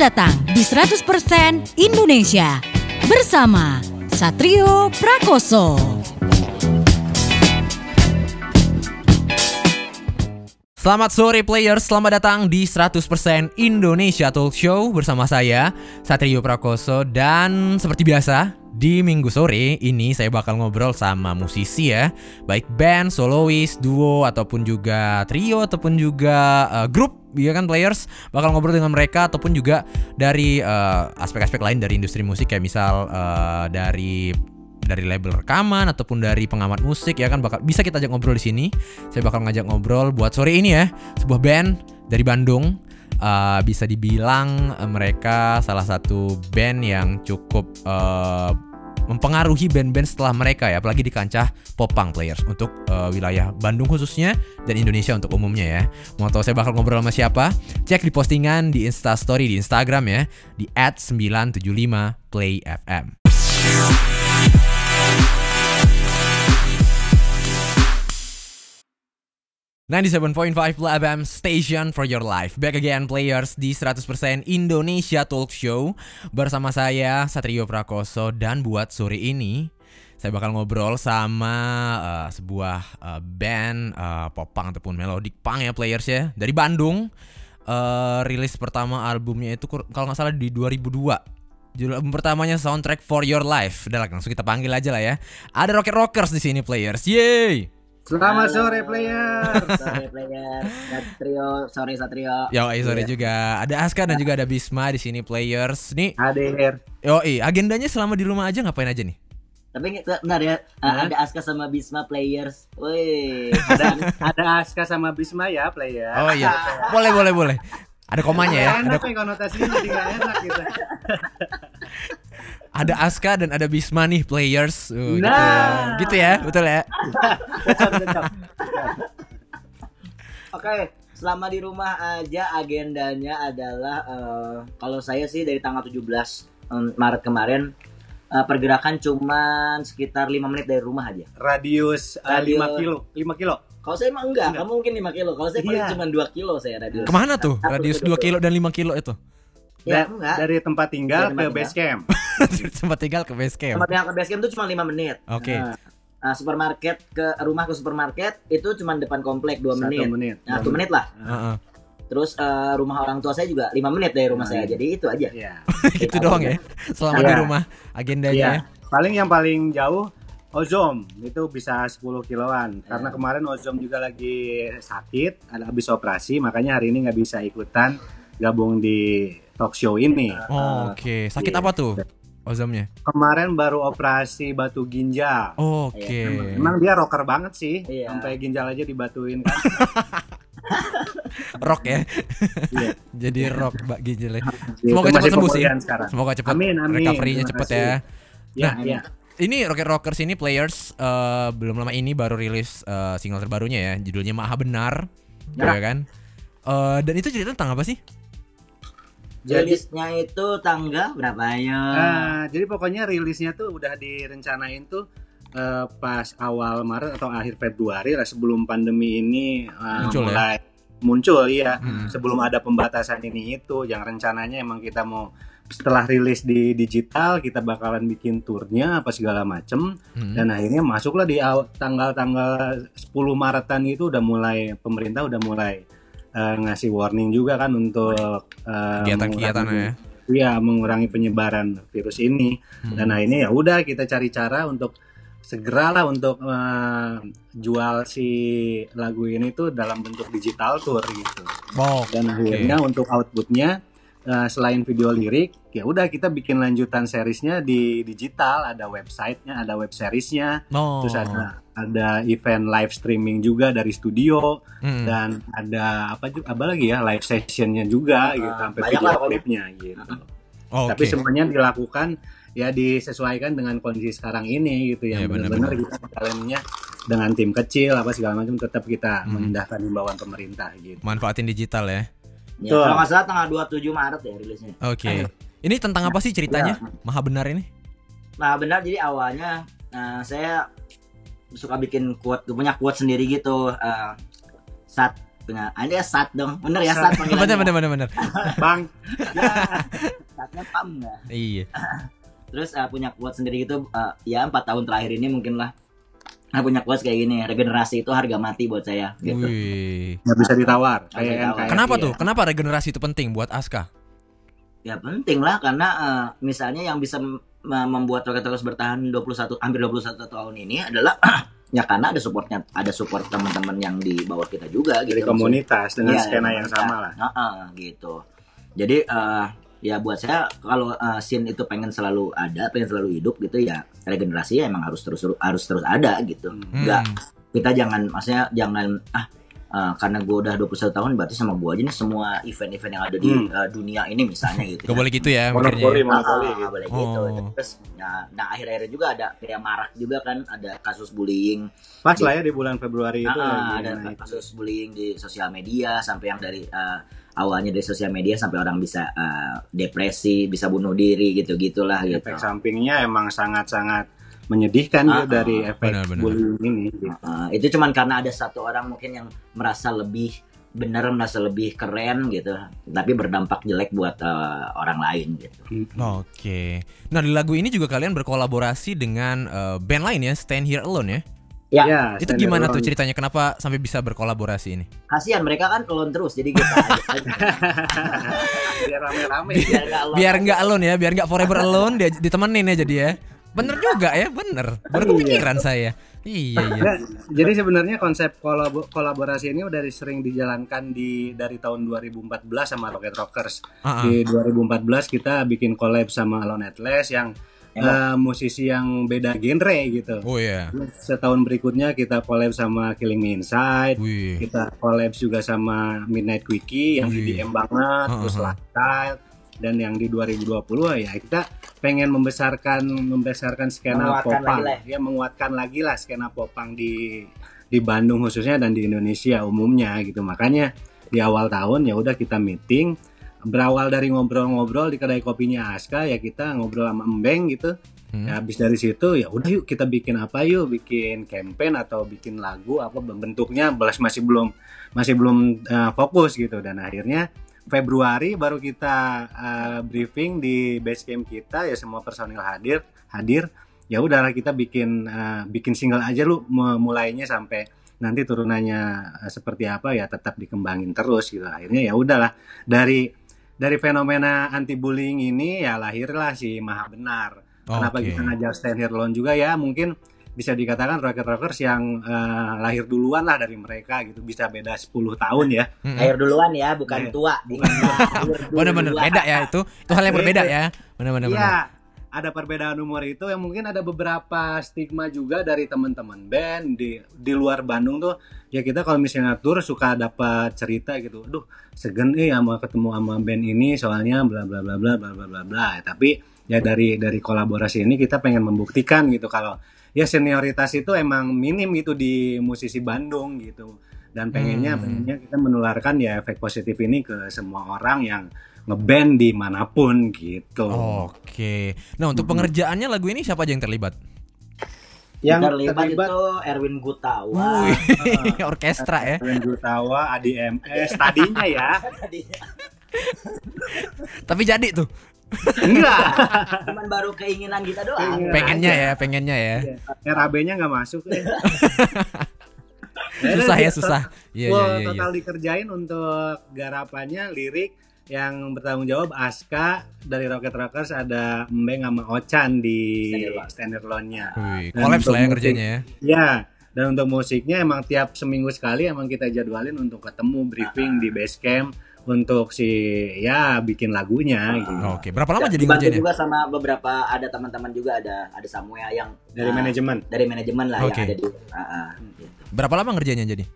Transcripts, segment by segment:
datang di 100% Indonesia bersama Satrio Prakoso. Selamat sore players, selamat datang di 100% Indonesia Talk Show bersama saya, Satrio Prakoso. Dan seperti biasa, di minggu sore ini saya bakal ngobrol sama musisi ya, baik band, solois, duo, ataupun juga trio, ataupun juga grup, ya kan players. Bakal ngobrol dengan mereka, ataupun juga dari aspek-aspek lain dari industri musik, kayak misal dari label rekaman ataupun dari pengamat musik, ya kan, bakal bisa kita ajak ngobrol di sini. Saya bakal ngajak ngobrol buat sore ini ya, sebuah band dari Bandung. Bisa dibilang mereka salah satu band yang cukup mempengaruhi band-band setelah mereka ya, apalagi di kancah popang players untuk wilayah Bandung khususnya dan Indonesia untuk umumnya ya. Mau tahu saya bakal ngobrol sama siapa? Cek di postingan di Instastory di Instagram ya, di @975playfm. 97.5 FM Station for your life. Back again players di 100% Indonesia Talk Show bersama saya Satrio Prakoso. Dan buat sore ini saya bakal ngobrol sama sebuah band pop punk ataupun melodic punk ya players ya, dari Bandung. Rilis pertama albumnya itu kalau gak salah di 2002. Judul album pertamanya Soundtrack for Your Life. Udah lah, langsung kita panggil aja lah ya. Ada Rocket Rockers di sini players. Yeay. Selamat sore player. Sore player. Satrio, sore Satrio. Sore juga. Ada Aska dan juga ada Bisma di sini players. Nih. Hadir. Agendanya selama di rumah aja ngapain aja nih? Tapi benar ya, ada Aska sama Bisma players. Woi. Ada Aska sama Bisma ya player. Oh iya. Boleh. Ada komanya ya. Enak nih konotasinya, jadi gak enak gitu. Ada Aska dan ada Bisma nih players. Gitu ya, betul ya. Oke, selama di rumah aja agendanya adalah kalau saya sih dari tanggal 17 Maret kemarin pergerakan cuman sekitar 5 menit dari rumah aja. Radius 5 kilo. Kalau saya emang enggak, kamu mungkin 5 kilo. Kalau saya paling cuma 2 kilo saya radius. Kemana tuh radius 2 kilo dan 5 kilo itu? Ya, enggak. Dari tempat tinggal ke base camp. Tempat tinggal ke base camp. Tempat tinggal ke base camp itu cuma 5 menit. Oke. Supermarket ke rumah ke supermarket itu cuma depan komplek 2 menit. 1 menit lah. Terus rumah orang tua saya juga 5 menit dari rumah saya. Jadi itu aja. Iya. Gitu doang ya. Selama di rumah agendanya. Yang paling jauh Ozom itu bisa 10 kiloan. Karena kemarin Ozom juga lagi sakit, ada habis operasi, makanya hari ini nggak bisa ikutan gabung di talk show ini. Oke. Sakit apa tuh Ozomnya? Kemarin baru operasi batu ginjal. Oke. Emang dia rocker banget sih. Iya. Sampai ginjal aja dibatuin kan. Rock ya. Iya. Jadi rock Mbak ginjalnya. Gitu, Semoga cepat sembuh sih. Sekarang. Semoga cepat. Amin. Recovery-nya cepat ya. Iya. Ini Rocket Rockers ini players belum lama ini baru rilis single terbarunya ya, judulnya Maha Benar, ya kan? Dan itu cerita tentang apa sih? Rilisnya itu tanggal berapa ya? Jadi pokoknya rilisnya tuh udah direncanain tuh pas awal Maret atau akhir Februari lah, sebelum pandemi ini mulai muncul ya. Sebelum ada pembatasan ini itu, yang rencananya emang kita mau setelah rilis di digital kita bakalan bikin turnya apa segala macem. Dan akhirnya masuklah di tanggal 10 Maretan itu udah mulai, pemerintah udah mulai ngasih warning juga kan untuk kegiatan-kegiatan ya. Iya, mengurangi penyebaran virus ini. Dan akhirnya ya udah kita cari cara untuk segeralah untuk jual si lagu ini tuh dalam bentuk digital tour gitu. Dan akhirnya untuk outputnya selain video lirik, ya udah kita bikin lanjutan seriesnya di digital, ada websitenya, ada web seriesnya, terus ada event live streaming juga dari studio, dan ada apa lagi ya, live sessionnya juga gitu, sampai video klipnya gitu. Tapi semuanya dilakukan ya disesuaikan dengan kondisi sekarang ini gitu, yang benar-benar kita jalannya dengan tim kecil apa segala macam, tetap kita mengindahkan himbauan pemerintah gitu. Manfaatin digital ya. Ya, kalau nggak salah tanggal 27 Maret ya rilisnya. Oke. Ini tentang apa sih ceritanya? Maha Benar ini? Maha Benar jadi awalnya saya suka bikin quote, punya quote sendiri gitu. Ada Sat dong, bener ya Sat panggilannya. Bener. Bang. Satnya Pam nggak? Iya. Terus punya quote sendiri gitu, ya 4 tahun terakhir ini mungkin lah. Punya quotes kayak gini, regenerasi itu harga mati buat saya gitu. Wih. Nggak bisa ditawar. Nggak bisa ditawar. Kenapa Iya. tuh? Kenapa regenerasi itu penting buat Aska? Ya penting lah karena misalnya yang bisa membuat Rocket Rockers bertahan hampir 21 tahun ini adalah ya karena ada support teman-teman yang di bawah kita juga gitu. Dari komunitas dengan Iya, skena yang sama lah. Gitu. Jadi ya buat saya kalau scene itu pengen selalu hidup gitu ya, regenerasi ya emang harus terus ada gitu. Enggak, kita jangan karena gue udah 21 tahun berarti sama gue aja nih semua event-event yang ada di dunia ini misalnya gitu. Gak boleh gitu ya Monopoli, mikirnya. Nggak boleh gitu. Terus nah akhir-akhir juga ada kayak marak juga kan, ada kasus bullying. Pas lah ya di bulan Februari itu Ada kasus bullying di sosial media, sampai yang dari awalnya dari sosial media sampai orang bisa depresi, bisa bunuh diri gitu-gitulah gitu. efek sampingnya emang sangat-sangat menyedihkan ya dari efek benar. bullying ini gitu. Itu cuman karena ada satu orang mungkin yang merasa lebih keren gitu, tapi berdampak jelek buat orang lain gitu. Oke. Nah di lagu ini juga kalian berkolaborasi dengan band lain ya, Stand Here Alone ya. Ya, Itu gimana tuh ceritanya? Kenapa sampai bisa berkolaborasi ini? Kasihan mereka kan kelon terus, jadi kita biar rame-rame. Biar nggak alone ya, biar nggak forever alone, dia ditemenin ya jadi ya. Bener juga ya, bener. Baru kepikiran saya. Iya. Nah, jadi sebenarnya konsep kolaborasi ini udah sering dijalankan dari tahun 2014 sama Rocket Rockers. Di 2014 kita bikin collab sama Alone Atlas yang musisi yang beda genre gitu. Oh iya. Setahun berikutnya kita collab sama Killing Me Inside. Wih. Kita collab juga sama Midnight Quickie yang EDM banget, terus Lifestyle. Dan yang di 2020 ya kita pengen membesarkan skena popang, menguatkan lagi lah skena popang di Bandung khususnya dan di Indonesia umumnya gitu. Makanya di awal tahun ya udah kita meeting, berawal dari ngobrol-ngobrol di kedai kopinya Aska, ya kita ngobrol sama Embeng gitu. Ya, habis dari situ ya udah yuk kita bikin bikin campaign atau bikin lagu apa bentuknya, masih belum fokus gitu. Dan akhirnya Februari baru kita briefing di base camp kita, ya semua personil hadir. Ya udahlah kita bikin single aja lu, mulainya sampai nanti turunannya seperti apa ya tetap dikembangin terus gitu. Akhirnya ya udahlah dari fenomena anti bullying ini ya lahirlah si Maha Benar. Kenapa kita ngajar Stand Here Alone juga ya, mungkin bisa dikatakan Rocket Rockers yang lahir duluan lah dari mereka gitu, bisa beda 10 tahun ya. Lahir duluan ya, bukan tua. Bener-bener beda ya, itu hal yang berbeda ya. Bener-bener. Iya, ada perbedaan umur itu yang mungkin ada beberapa stigma juga dari teman-teman band di luar Bandung tuh. Ya kita kalau misalnya tour suka dapat cerita gitu, aduh segen sama ketemu sama band ini soalnya bla bla bla bla bla bla bla. Tapi ya dari kolaborasi ini kita pengen membuktikan gitu kalau ya senioritas itu emang minim gitu di musisi Bandung gitu. Dan pengennya kita menularkan ya efek positif ini ke semua orang yang ngeband dimanapun gitu. Oke. Nah untuk pengerjaannya lagu ini siapa aja yang terlibat? Yang terlibat itu Erwin Gutawa. Orkestra ya. Erwin Gutawa, ADMS tadinya ya. Tapi jadi tuh. Enggak. Cuman baru keinginan kita doang. Pengennya ya. RAB-nya nggak masuk. Susah. Iya. Total dikerjain untuk garapannya, lirik yang bertanggung jawab Aska dari Rocket Rockers, ada Mbeng sama Ochan di Stand Here Alone-nya. Kolaps lah ya kerjanya ya. Ya. Dan untuk musiknya emang tiap seminggu sekali emang kita jadwalin untuk ketemu briefing di base camp untuk bikin lagunya gitu. Oke, berapa lama jadi ngerjainnya? Juga sama beberapa ada teman-teman juga, ada Samuel yang dari manajemen. Dari manajemen lah yang ada di gitu. Berapa lama ngerjainnya jadi?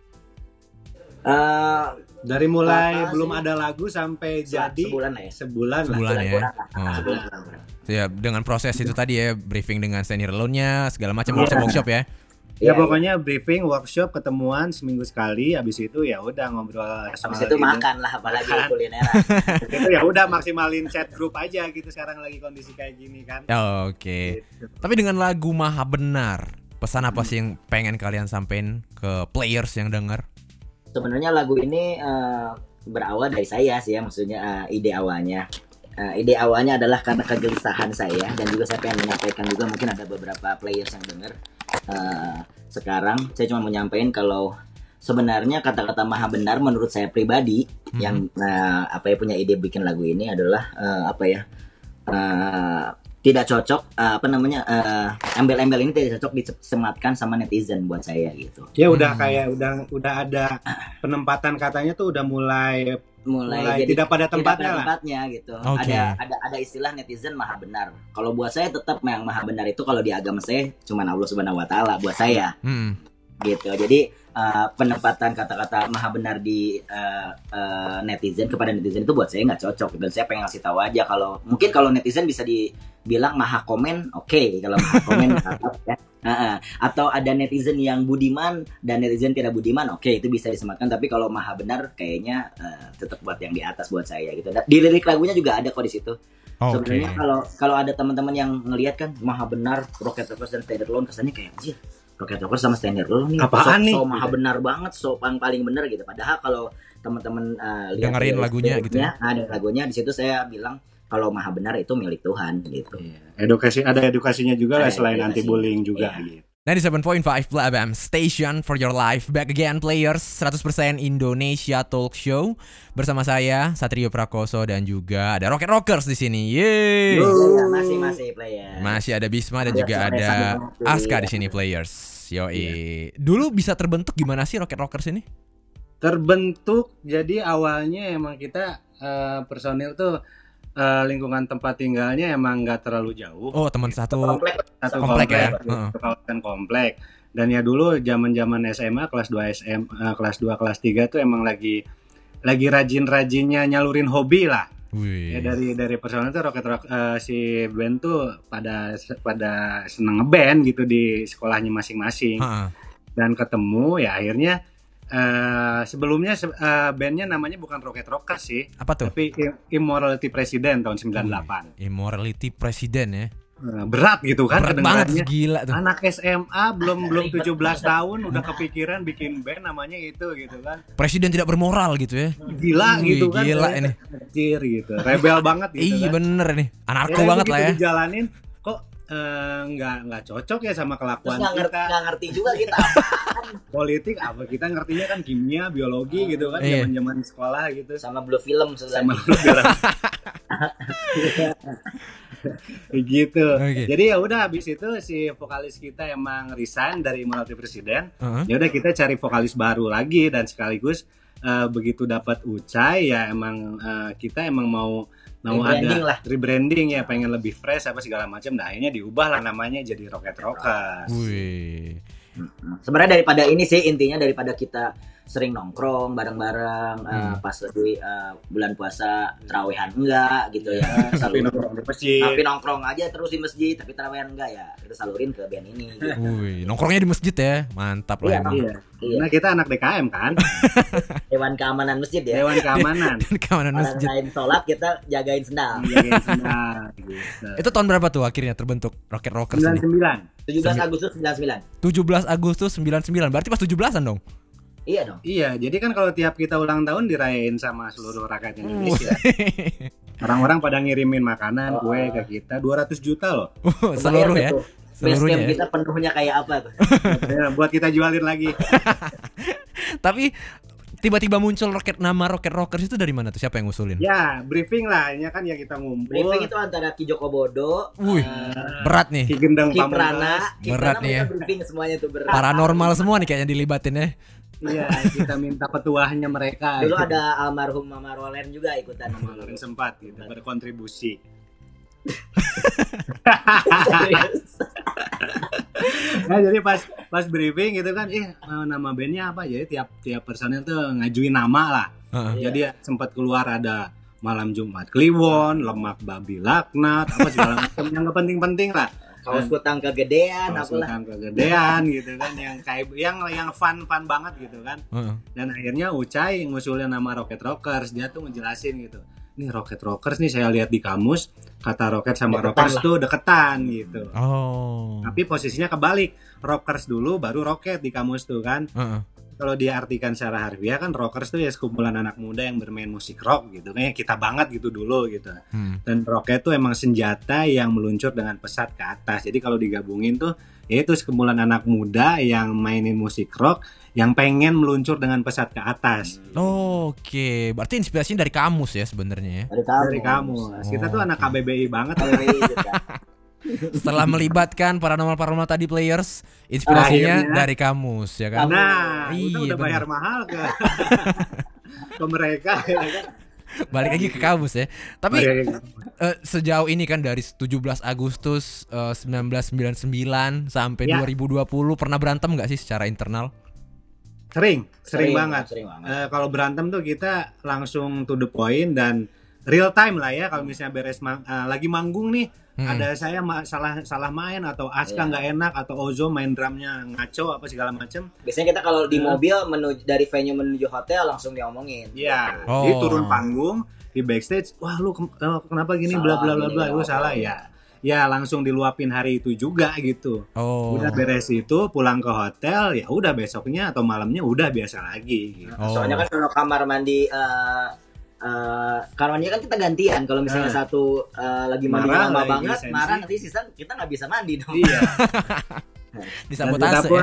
Dari mulai belum ada lagu sampai jadi sebulan lah ya. Sebulan ya. Ya dengan proses itu tadi ya, briefing dengan Stand Here Alone-nya, segala macam workshop ya. Ya pokoknya briefing, workshop, ketemuan seminggu sekali. Habis itu ya udah ngobrol soal habis itu makan lah, apalagi kulineran. Itu ya udah maksimalin chat group aja gitu, sekarang lagi kondisi kayak gini kan. Oke. Tapi dengan lagu Maha Benar, pesan apa sih yang pengen kalian sampein ke players yang denger? Sebenarnya lagu ini berawal dari saya sih ya, maksudnya ide awalnya. Ide awalnya adalah karena kegelisahan saya, dan juga saya pengen menyampaikan juga, mungkin ada beberapa players yang dengar. Sekarang saya cuma menyampaikan kalau sebenarnya kata-kata maha benar menurut saya pribadi yang punya ide bikin lagu ini adalah tidak cocok, embel-embel ini tidak cocok disematkan sama netizen buat saya gitu. Ya udah kayak udah ada penempatan katanya tuh udah mulai jadi tidak pada tempatnya gitu. Okay. Ada istilah netizen maha benar. Kalau buat saya tetap yang maha benar itu kalau di agama saya cuma Allah Subhanahu wa taala buat saya. Gitu. Jadi penempatan kata-kata maha benar di netizen kepada netizen itu buat saya nggak cocok, dan saya pengen ngasih tahu aja kalau mungkin kalau netizen bisa dibilang maha komen, oke. Kalau maha komen ya. Atau ada netizen yang budiman dan netizen tidak budiman, oke, itu bisa disematkan. Tapi kalau maha benar kayaknya tetap buat yang di atas buat saya gitu. Di lirik lagunya juga ada kok di situ. Sebenarnya kalau ada teman-teman yang ngelihat kan maha benar, Rocket Rockers dan Stand Alone, kesannya kayak anjir, Rocket Rockers sama Stand Alone nih apaan nih? So maha benar banget, so paling benar gitu. Padahal kalau teman-teman lihat dengerin lagunya gitu ya. Ada lagunya di situ saya bilang kalau maha benar itu milik Tuhan gitu. Edukasinya juga lah selain anti bullying juga gitu. 97.5 Blab FM Station for your life. Back again players, 100% Indonesia Talk Show bersama saya Satrio Prakoso dan juga ada Rocket Rockers di sini. Yeay. Masih player. Masih ada Bisma dan juga ada Aska di sini players. Yoi. Dulu bisa terbentuk gimana sih Rocket Rockers ini? Terbentuk jadi awalnya emang kita personil tuh lingkungan tempat tinggalnya emang nggak terlalu jauh. Oh, teman satu komplek ya. Kawasan komplek. Dan ya dulu zaman-zaman SMA kelas 2 kelas 3 tuh emang lagi rajin-rajinnya nyalurin hobi lah. Wih. Ya dari personil tuh si band tuh pada seneng ngeband gitu di sekolahnya masing-masing. Dan ketemu ya akhirnya sebelumnya bandnya namanya bukan Rocket Rockers sih. Apa tuh? Tapi Immorality President tahun 98. Immorality President ya. Berat gitu kan berat banget, gila tuh. Anak SMA belum 17 tahun udah kepikiran bikin band namanya itu gitu kan. Presiden tidak bermoral gitu ya. Gila gitu kan. Gila ini. Kecil gitu. Rebel banget gitu. Iya kan. Bener nih. Anarko banget lah ya. Dijalanin kok nggak cocok ya sama kelakuan kita. Nggak ngerti juga kita. Politik apa, kita ngertinya kan kimia, biologi gitu kan, zaman sekolah gitu. Sama blue film sama blue film. Gitu. Jadi ya udah habis itu si vokalis kita emang resign dari Immorality President. Ya udah kita cari vokalis baru lagi, dan sekaligus begitu dapat Ucai ya emang kita emang mau ada rebranding ya, pengen lebih fresh apa segala macam. Nah akhirnya diubah lah namanya jadi Rocket Rockers. Wih. Sebenarnya daripada ini sih intinya, daripada kita sering nongkrong bareng-bareng pas lagi bulan puasa terawehan enggak gitu ya. Tapi nongkrong di masjid. Tapi nongkrong aja terus di masjid, tapi terawehan enggak ya. Kita salurin ke band ini gitu. Wih, nongkrongnya di masjid ya. Mantap lah emang. Iya. Nah, kita anak DKM kan. Dewan Keamanan Masjid ya. Dewan Keamanan. Keamanan masjid. Orang lain sholat, kita jagain sendal. Gitu. Itu tahun berapa tuh akhirnya terbentuk Rocket Rockers ini? 17 Agustus 99. 17 Agustus 99. Berarti pas 17-an dong? Iya dong. Iya, jadi kan kalau tiap kita ulang tahun dirayain sama seluruh rakyat Indonesia. Orang-orang pada ngirimin makanan, kue ke kita 200 juta loh. Seluruh ya. Seluruhnya kita penuhnya kayak apa tuh? Buat kita jualin lagi. Tapi tiba-tiba muncul nama Rocket Rockers itu dari mana tuh? Siapa yang ngusulin? Ya, briefing lah. Ini kan ya kita ngumpul. Briefing itu antara Ki Joko Bodo, berat nih. Ki Gendeng Pamungkas. Berat nih ya. Briefing semuanya tuh berat. Paranormal semua nih kayaknya dilibatin ya. Iya, kita minta petuahnya mereka. Dulu ada almarhum Mama Rolen juga ikutan. Mama Rolen sempat gitu, berkontribusi. Nah, jadi pas briefing gitu kan, nama bandnya apa? Jadi tiap personil tuh ngajuin nama lah. Jadi sempat keluar ada Malam Jumat Kliwon, Lemak Babi Laknat, apa segala macam yang gak penting-penting lah. Kaos kutang kegedean, gitu kan, yang kayak yang fun banget gitu kan. Dan akhirnya Ucai ngusulin nama Rocket Rockers. Dia tuh ngejelasin gitu, nih Rocket Rockers nih saya lihat di kamus kata Rocket sama Rockers tuh deketan gitu. Tapi posisinya kebalik, Rockers dulu baru Rocket di kamus tuh kan. kalau diartikan secara harfiah kan rockers tuh ya sekumpulan anak muda yang bermain musik rock gitu, kayak kita banget gitu dulu gitu. Dan rocket tuh emang senjata yang meluncur dengan pesat ke atas. Jadi kalau digabungin tuh ya itu sekumpulan anak muda yang mainin musik rock yang pengen meluncur dengan pesat ke atas. Oke, berarti inspirasinya dari kamus ya sebenarnya ya. Dari kamu. Kita tuh anak KBBI banget. KBBI juga. Setelah melibatkan paranormal tadi players, inspirasinya Akhirnya. dari kamus ya kan. Nah, Iya, udah bayar bener. mahal ke ke mereka ya kan. Balik lagi ke kamus ya. Tapi Balik lagi. sejauh ini kan dari 17 Agustus 1999 sampai Ya. 2020 pernah berantem nggak sih secara internal? Sering banget. Sering banget. Kalau berantem tuh kita langsung to the point dan real time lah ya. Kalau misalnya lagi manggung nih, ada saya salah main atau Aska nggak enak atau Ozo main drumnya ngaco apa segala macem. Biasanya kita kalau di mobil menuju dari venue menuju hotel langsung diomongin. Iya. Oh. Jadi turun panggung di backstage, wah lu kenapa gini bla bla bla bla, lu salah ya. Ya langsung diluapin hari itu juga gitu. Oh. Udah beres itu pulang ke hotel, ya udah besoknya atau malamnya udah biasa lagi gitu. Oh. Soalnya kan kalau kamar mandi kamar mandi kan kita gantian. Kalau misalnya satu lagi mandi Marah lama lagi, banget, sensi. marah nanti sisa kita nggak bisa mandi dong. Iya. Disabotase kita ya. pun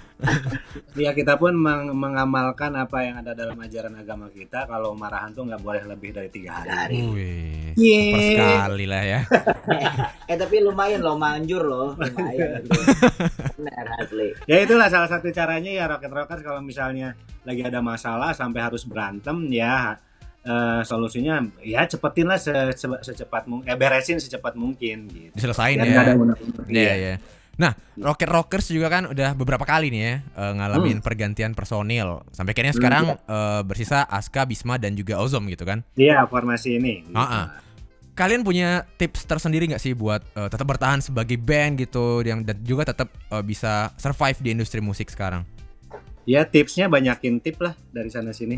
ya kita pun mengamalkan apa yang ada dalam ajaran agama kita, kalau marahan tuh nggak boleh lebih dari 3 hari. Wih, Yeay. super sekali lah ya. Tapi lumayan loh, manjur loh, lumayan. Benar asli. Ya itulah salah satu caranya ya Rocket Rockers, kalau misalnya lagi ada masalah sampai harus berantem ya solusinya ya cepetin lah secepat mungkin, beresin secepat mungkin gitu. Diselesain Biar ya. nggak ada unek-unek. Iya, iya. Nah, Rocket Rockers juga kan udah beberapa kali nih ya ngalamin pergantian personil. Sampai akhirnya sekarang bersisa Aska, Bisma dan juga Ozom gitu kan. Iya, formasi ini. Gitu. Kalian punya tips tersendiri nggak sih buat tetap bertahan sebagai band gitu dan juga tetap bisa survive di industri musik sekarang? Ya tipsnya banyakin tip lah dari sana sini.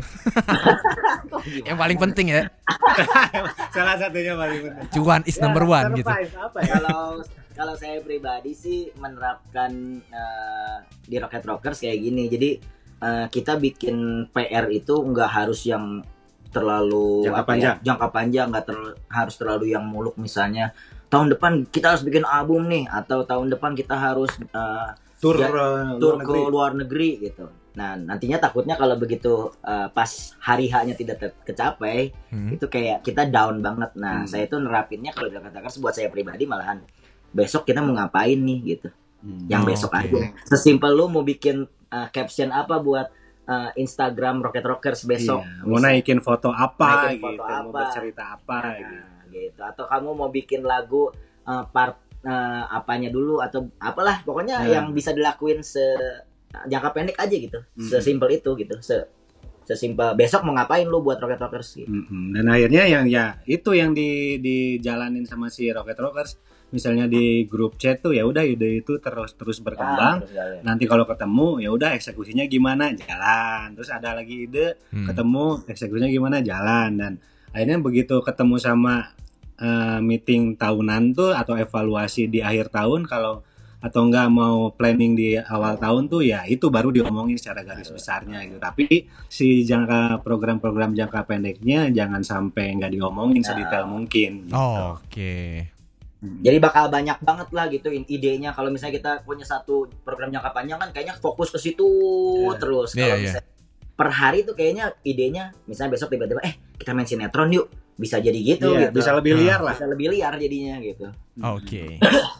Yang paling penting ya, Salah satunya paling penting. cuan is number one gitu. Survive, apa ya? Kalau saya pribadi sih menerapkan di Rocket Rockers kayak gini. Jadi kita bikin PR itu nggak harus yang terlalu jangka panjang, nggak harus terlalu yang muluk. Misalnya tahun depan kita harus bikin album nih, atau tahun depan kita harus tur ke luar negeri gitu. Nah nantinya takutnya kalau begitu pas hari H-nya tidak kecapai, itu kayak kita down banget. Nah saya tuh nerapinnya kalau di Rocket Rockers buat saya pribadi malahan, besok kita mau ngapain nih gitu. Yang besok aja. Sesimpel lu mau bikin caption apa buat Instagram Rocket Rockers besok. Iya, mau naikin foto apa Naikin foto gitu, apa. mau bercerita apa Gitu. Atau kamu mau bikin lagu part apanya dulu atau apalah pokoknya yang bisa dilakuin jangka pendek aja gitu. Sesimpel itu gitu. Sesimpel besok mau ngapain lu buat Rocket Rockers gitu. Dan akhirnya yang itu yang dijalanin sama si Rocket Rockers. Misalnya di grup chat tuh ya udah ide itu terus berkembang. Nanti kalau ketemu ya udah eksekusinya gimana, jalan. Terus ada lagi ide, ketemu eksekusinya gimana, jalan. Dan akhirnya begitu ketemu sama meeting tahunan tuh atau evaluasi di akhir tahun, kalau atau enggak mau planning di awal tahun tuh ya itu baru diomongin secara garis besarnya gitu. Tapi si program-program jangka pendeknya jangan sampai nggak diomongin sedetail mungkin gitu. Oke. Jadi bakal banyak banget lah gitu idenya. Kalau misalnya kita punya satu program jangka panjang kan kayaknya fokus ke situ terus. Kalau misalnya per hari tuh kayaknya idenya, misalnya besok tiba-tiba kita main sinetron yuk, bisa jadi gitu, gitu. Bisa lebih liar lah. Bisa lebih liar jadinya gitu. Oke.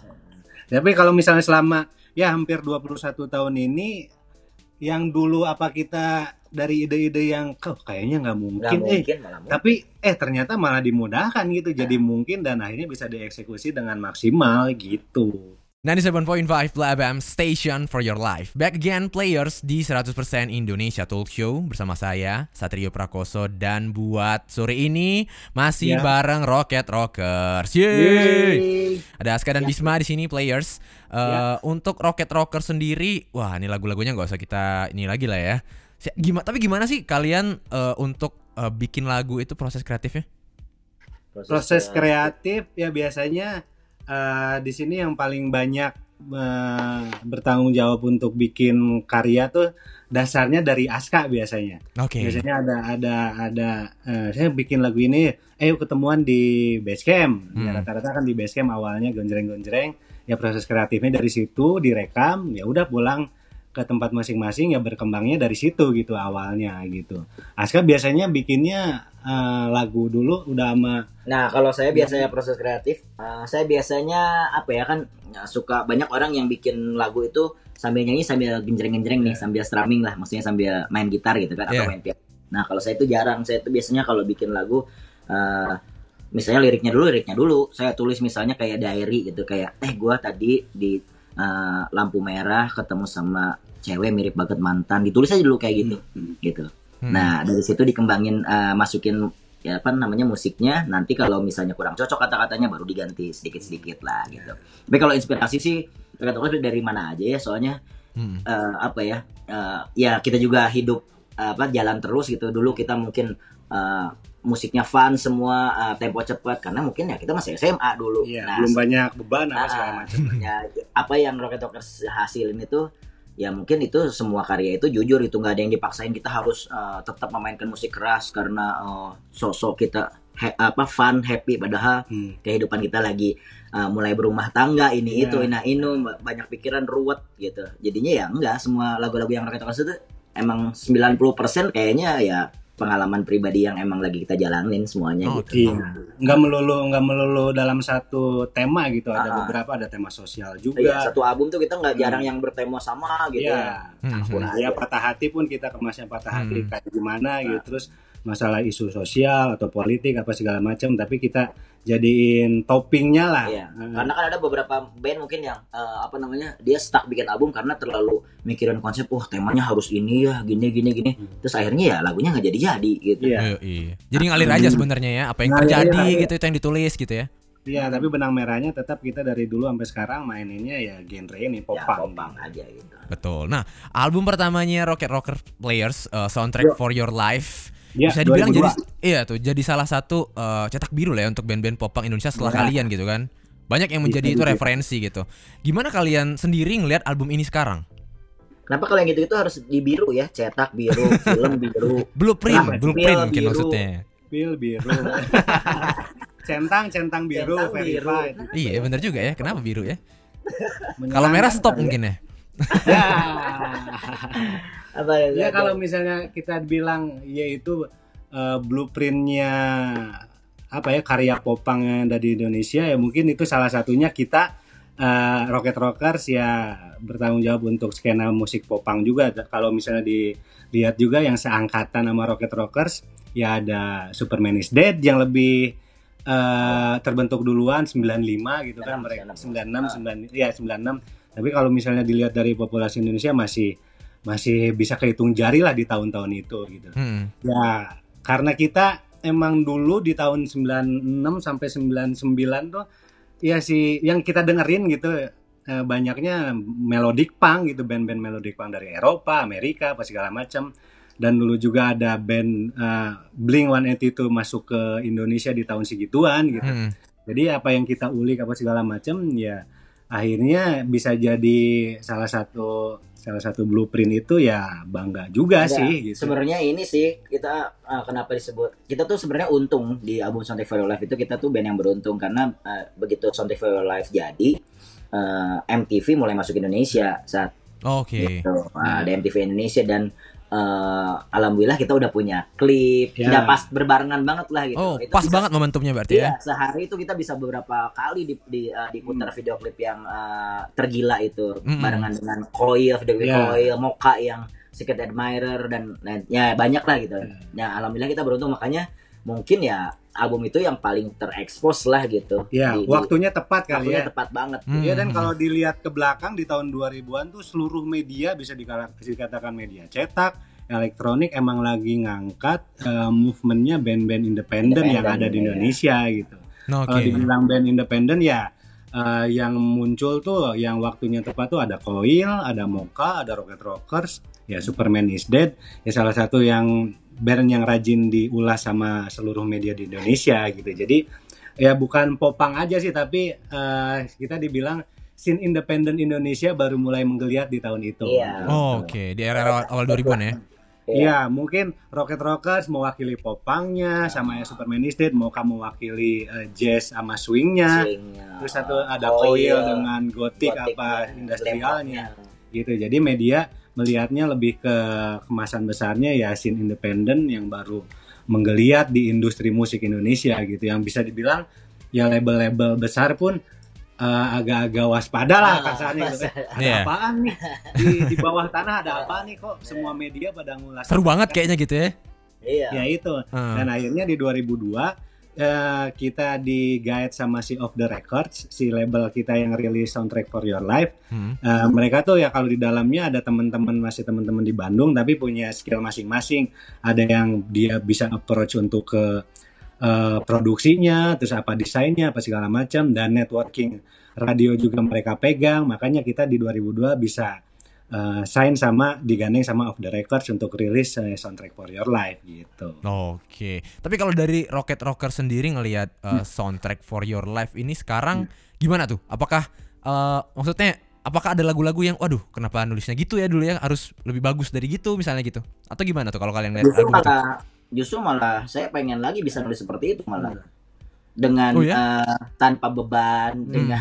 Tapi kalau misalnya selama ya hampir 21 tahun ini, yang dulu apa kita dari ide-ide yang kayaknya nggak mungkin, malah mungkin. Tapi ternyata malah dimudahkan gitu, jadi mungkin dan akhirnya bisa dieksekusi dengan maksimal gitu. 97.5 Blab FM Station for your life. Back again players di 100% Indonesia Talk Show bersama saya Satrio Prakoso, dan buat sore ini masih bareng Rocket Rockers. Yeay. Ada Aska dan Bisma di sini players. Untuk Rocket Rockers sendiri, wah ini lagu-lagunya nggak usah kita ini lagi lah ya. Tapi gimana sih kalian untuk bikin lagu itu proses kreatifnya? Proses kreatif ya biasanya di sini yang paling banyak bertanggung jawab untuk bikin karya tuh dasarnya dari Aska biasanya. Oke. Biasanya ada saya bikin lagu ini, yuk ketemuan di Basecamp. Ya, rata-rata kan di Basecamp awalnya gonjreng-gonjreng, ya proses kreatifnya dari situ direkam, ya udah pulang ke tempat masing-masing, ya berkembangnya dari situ gitu awalnya gitu. Aska biasanya bikinnya lagu dulu udah sama. Nah, kalau saya biasanya proses kreatif, saya biasanya apa ya kan suka banyak orang yang bikin lagu itu sambil nyanyi sambil genjreng-genjreng nih, sambil strumming lah, maksudnya sambil main gitar gitu kan atau main piano. Nah, kalau saya itu jarang, saya itu biasanya kalau bikin lagu misalnya liriknya dulu, saya tulis misalnya kayak diary gitu, kayak gua tadi di lampu merah ketemu sama cewek mirip banget mantan, ditulis aja dulu kayak gitu gitu. Nah, dari situ dikembangin, masukin ya apa namanya musiknya, nanti kalau misalnya kurang cocok kata-katanya baru diganti sedikit-sedikit lah gitu. Tapi kalau inspirasi sih kata-kata dari mana aja ya, soalnya apa ya, ya kita juga hidup jalan terus gitu. Dulu kita mungkin musiknya fun semua, tempo cepat karena mungkin ya kita masih SMA dulu. Belum banyak beban apa segala macam. Ya, apa yang Rocket Rockers hasilin itu ya mungkin itu semua karya itu jujur, itu nggak ada yang dipaksain kita harus tetap memainkan musik keras karena sosok kita fun happy, padahal kehidupan kita lagi mulai berumah tangga itu banyak pikiran ruwet gitu. Jadinya ya enggak, semua lagu-lagu yang Rocket Rockers itu emang 90% kayaknya ya pengalaman pribadi yang emang lagi kita jalanin semuanya gitu. Iya. Nggak melulu dalam satu tema gitu. Ada beberapa, ada tema sosial juga. Iya, satu album tuh kita nggak jarang yang bertema sama gitu. Iya. Ya patah hati pun kita kemasnya patah hati kayak gimana gitu. Terus masalah isu sosial atau politik apa segala macam, tapi kita jadiin toppingnya lah. Iya. Karena kan ada beberapa band mungkin yang dia stuck bikin album karena terlalu mikirin konsep, temanya harus ini ya, gini. Terus akhirnya ya lagunya nggak jadi gitu. Iya. Jadi ngalir aja sebenarnya ya, apa yang terjadi gitu itu yang ditulis gitu ya. Iya, tapi benang merahnya tetap kita dari dulu sampai sekarang maininnya ya genre ini pop-punk aja gitu. Betul. Nah, album pertamanya Rocket Rocker Players, Soundtrack for Your Life, bisa dibilang 2002. jadi salah satu cetak biru lah ya untuk band-band pop-punk Indonesia setelah kalian gitu kan. Banyak yang menjadi itu referensi gitu. Gimana kalian sendiri ngelihat album ini sekarang? Kenapa kalau yang gitu-gitu harus di biru ya? Cetak biru, film biru. Blueprint mungkin biru. Maksudnya. Pil biru. centang biru, verified. Iya, benar juga ya. Kenapa biru ya? Kalau merah stop mungkin ya. Ya kalau misalnya kita bilang yaitu blueprintnya karya popang yang ada di Indonesia, ya mungkin itu salah satunya kita Rocket Rockers ya bertanggung jawab untuk skena musik popang juga. Kalau misalnya dilihat juga yang seangkatan sama Rocket Rockers, ya ada Superman is Dead yang lebih terbentuk duluan 95 gitu kan, mereka 96. Tapi kalau misalnya dilihat dari populasi Indonesia masih bisa kehitung jari lah di tahun-tahun itu gitu. Ya karena kita emang dulu di tahun 96 sampai 99 tuh ya yang kita dengerin gitu banyaknya melodic punk gitu, band-band melodic punk dari Eropa, Amerika, apa segala macam. Dan dulu juga ada band Blink-182 masuk ke Indonesia di tahun segituan gitu. Jadi apa yang kita ulik apa segala macam ya akhirnya bisa jadi salah satu blueprint itu, ya bangga juga sih gitu. Sebenarnya ini sih kita kenapa disebut, kita tuh sebenarnya untung di album Soundtrack for Your Life itu, kita tuh band yang beruntung karena begitu Soundtrack for Your Life jadi MTV mulai masuk Indonesia saat gitu. Ada MTV Indonesia dan alhamdulillah kita udah punya klip, udah pas berbarengan banget lah gitu. Oh, itu pas banget momentumnya berarti ya. Sehari itu kita bisa beberapa kali diputar video klip yang tergila itu barengan dengan Coil, video klip Coil, Mocha yang Secret Admirer dan ya banyak lah gitu. Nah, alhamdulillah kita beruntung, makanya mungkin ya album itu yang paling terekspos lah gitu. Ya, waktunya tepat kali ya. Waktunya tepat banget. Iya, dan kalau dilihat ke belakang di tahun 2000-an tuh seluruh media bisa dikatakan media cetak, elektronik emang lagi ngangkat movementnya band-band independen yang ada di Indonesia gitu. Kalau dibilang band independen ya yang muncul tuh yang waktunya tepat tuh ada Coil, ada Mocha, ada Rocket Rockers, ya Superman is Dead, ya salah satu yang band yang rajin diulas sama seluruh media di Indonesia gitu. Jadi ya bukan popang aja sih, tapi kita dibilang scene independen Indonesia baru mulai menggeliat di tahun itu. Iya. Oke, di era awal 2000-an ya. Iya, mungkin Rocket Rockers mewakili popangnya, sama ya Superman is Dead mau kamu wakili jazz sama swingnya. Terus satu ada Coil dengan gothic apa industrialnya. Gitu. Jadi media melihatnya lebih ke kemasan besarnya ya scene independen yang baru menggeliat di industri musik Indonesia gitu. Yang bisa dibilang ya label-label besar pun agak-agak waspada lah kasarnya gitu. Ada apaan nih di bawah tanah, ada apa nih kok semua media pada ngulas. Seru banget kayaknya gitu ya. Iya. Ya itu. Dan akhirnya di 2002 kita di-guide sama si Off The Records, si label kita yang rilis Soundtrack for Your Life. Mereka tuh ya kalau di dalamnya ada teman-teman di Bandung tapi punya skill masing-masing. Ada yang dia bisa approach untuk ke produksinya, terus apa desainnya, apa segala macam, dan networking radio juga mereka pegang. Makanya kita di 2002 bisa sign sama digandeng sama Off The Records untuk rilis Soundtrack for Your Life gitu. Oke. Tapi kalau dari Rocket Rocker sendiri ngelihat Soundtrack for Your Life ini sekarang gimana tuh? Apakah maksudnya apakah ada lagu-lagu yang waduh kenapa nulisnya gitu ya dulu ya, harus lebih bagus dari gitu misalnya gitu? Atau gimana tuh kalau kalian lihat album itu? Justru malah saya pengen lagi bisa nulis seperti itu malah dengan tanpa beban, dengan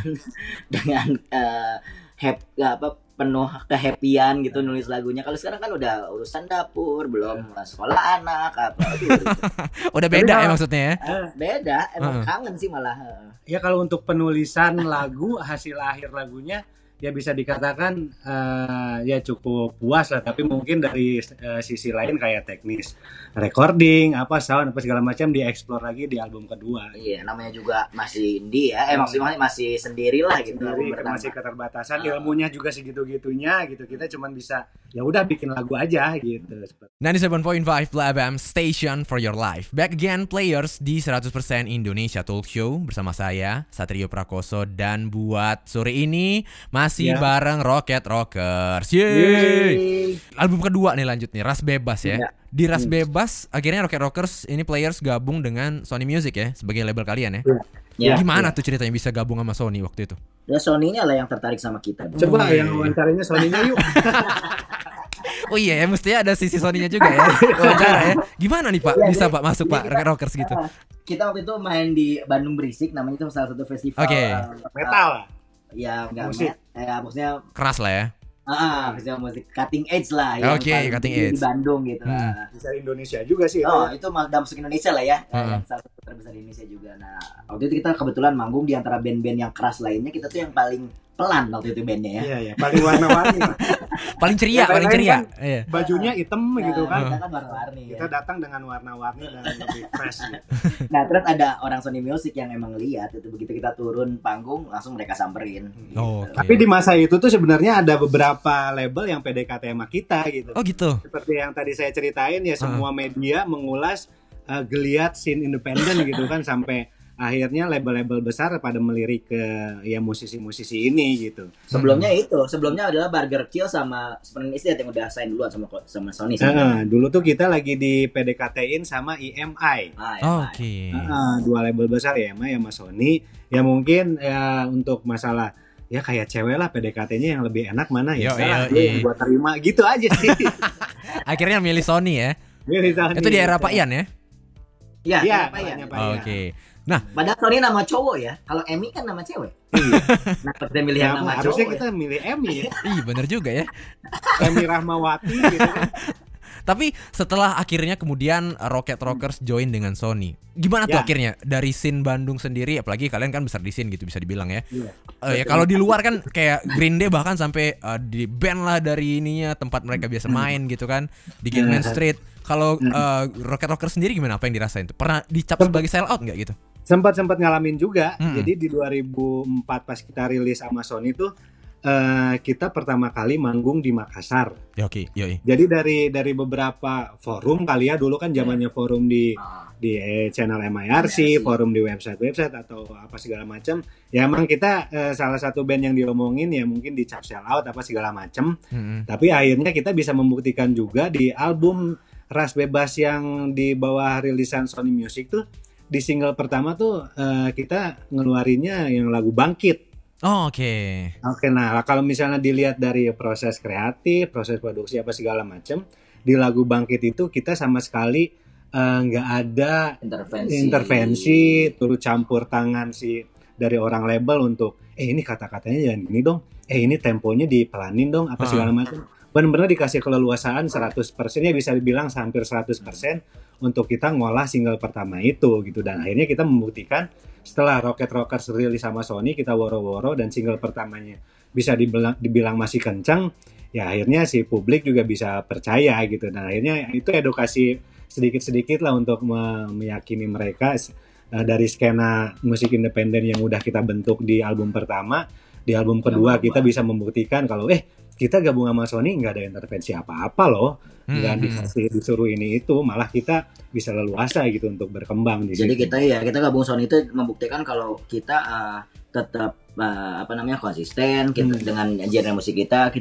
penuh kehappyan gitu nulis lagunya. Kalau sekarang kan udah urusan dapur, belum sekolah anak apa gitu. Udah beda ya maksudnya ya? Beda, emang kangen sih malah. Ya kalau untuk penulisan lagu, hasil akhir lagunya ya bisa dikatakan ya cukup puas lah, tapi mungkin dari sisi lain kayak teknis recording apa sound apa segala macam dieksplor lagi di album kedua. Iya, namanya juga masih indie ya, maksudnya masih sendirilah gitu. Masih keterbatasan, ilmunya juga segitu-gitunya gitu. Kita cuma bisa ya udah bikin lagu aja gitu. 97.5 Play FM Station for Your Life. Back again players di 100% Indonesia Talk Show bersama saya Satrio Prakoso, dan buat sore ini masih bareng Rocket Rockers. Yeay. Album kedua nih lanjut nih, Ras Bebas ya. Di Ras Bebas akhirnya Rocket Rockers ini players gabung dengan Sony Music ya sebagai label kalian ya. Gimana tuh ceritanya bisa gabung sama Sony waktu itu? Ya Sony-nya lah yang tertarik sama kita. Coba yang wawancaranya Sony-nya yuk. Oh iya ya, mestinya ada sisi Sony-nya juga ya. Wawancara ya. Gimana nih Pak? Bisa Pak masuk Pak Rocket Rockers gitu? Kita waktu itu main di Bandung Berisik, namanya itu salah satu festival metal. Ya enggak maksudnya keras lah ya. Festival musik cutting edge lah ya. Cutting edge di Bandung gitu. Bisa Indonesia juga sih. Itu dalam musik Indonesia lah ya. Salah satu terbesar di Indonesia juga. Nah, waktu itu kita kebetulan manggung di antara band-band yang keras lainnya, kita tuh yang paling pelan waktu itu bandnya ya. Iya, paling warna-warni. paling ceria. Kan bajunya hitam gitu kan. Kita kan warna-warni. Kita datang dengan warna-warni dan lebih fresh gitu. Nah, terus ada orang Sony Music yang emang lihat itu, begitu kita turun panggung langsung mereka samperin. Gitu. Tapi di masa itu tuh sebenarnya ada beberapa label yang PDKT sama kita gitu. Oh gitu. Seperti yang tadi saya ceritain ya, semua media mengulas geliat scene independen gitu kan, sampai akhirnya label-label besar pada melirik ke ya musisi-musisi ini gitu. Sebelumnya adalah Burger Kill sama Superman is Dead yang udah sign duluan sama Sony. Dulu tuh kita lagi di PDKT-in sama EMI. Oke. Dua label besar, EMI sama Sony. Ya mungkin ya untuk masalah ya kayak cewek lah, PDKT-nya yang lebih enak mana ya. Buat terima gitu aja sih. Akhirnya milih Sony ya. Itu di era Pak Ian ya? Iya, Pak Ian. Oke. Nah, padahal Sony nama cowok ya. Kalau Emi kan nama cewek. Nah, kita milih nama cowok. Harusnya kita milih Emi ya. Iya, bener juga ya. Emi Rahmawati gitu kan. Tapi setelah akhirnya kemudian Rocket Rockers join dengan Sony, gimana tuh akhirnya dari scene Bandung sendiri, apalagi kalian kan besar di scene gitu bisa dibilang ya. Ya kalau di luar kan kayak Green Day bahkan sampai di band lah dari ininya tempat mereka biasa main gitu kan di Gilman Street. Kalau Rocket Rockers sendiri gimana, apa yang dirasain tuh? Pernah dicap sebagai sell out nggak gitu? Sempat ngalamin juga. Jadi di 2004 pas kita rilis sama Sony tuh kita pertama kali manggung di Makassar. Oke. Jadi dari beberapa forum kali ya, dulu kan zamannya forum di channel MIRC, forum di website atau apa segala macam. Ya emang kita salah satu band yang diomongin ya mungkin dicap sell out apa segala macam. Tapi akhirnya kita bisa membuktikan juga di album Ras Bebas yang di bawah rilisan Sony Music tuh, di single pertama tuh kita ngeluarinnya yang lagu Bangkit. Oh, oke. Oke, nah kalau misalnya dilihat dari proses kreatif, proses produksi apa segala macam, di lagu Bangkit itu kita sama sekali nggak ada intervensi, turut campur tangan dari orang label untuk ini kata-katanya jangan gini dong, ini temponya dipelanin dong, apa segala macam. Benar-benar dikasih keleluasaan 100%, ya bisa dibilang hampir 100% untuk kita ngolah single pertama itu gitu. Dan akhirnya kita membuktikan setelah Rocket Rockers rilis sama Sony, kita woro-woro dan single pertamanya bisa dibilang masih kencang, ya akhirnya si publik juga bisa percaya gitu. Dan akhirnya itu edukasi sedikit-sedikit lah untuk meyakini mereka dari skena musik independen yang udah kita bentuk di album pertama. Di album kedua kita bisa membuktikan kalau kita gabung sama Sony nggak ada intervensi apa-apa loh, nggak disuruh ini itu, malah kita bisa leluasa gitu untuk berkembang di Jadi situ. kita gabung Sony itu membuktikan kalau kita tetap konsisten dengan genre musik kita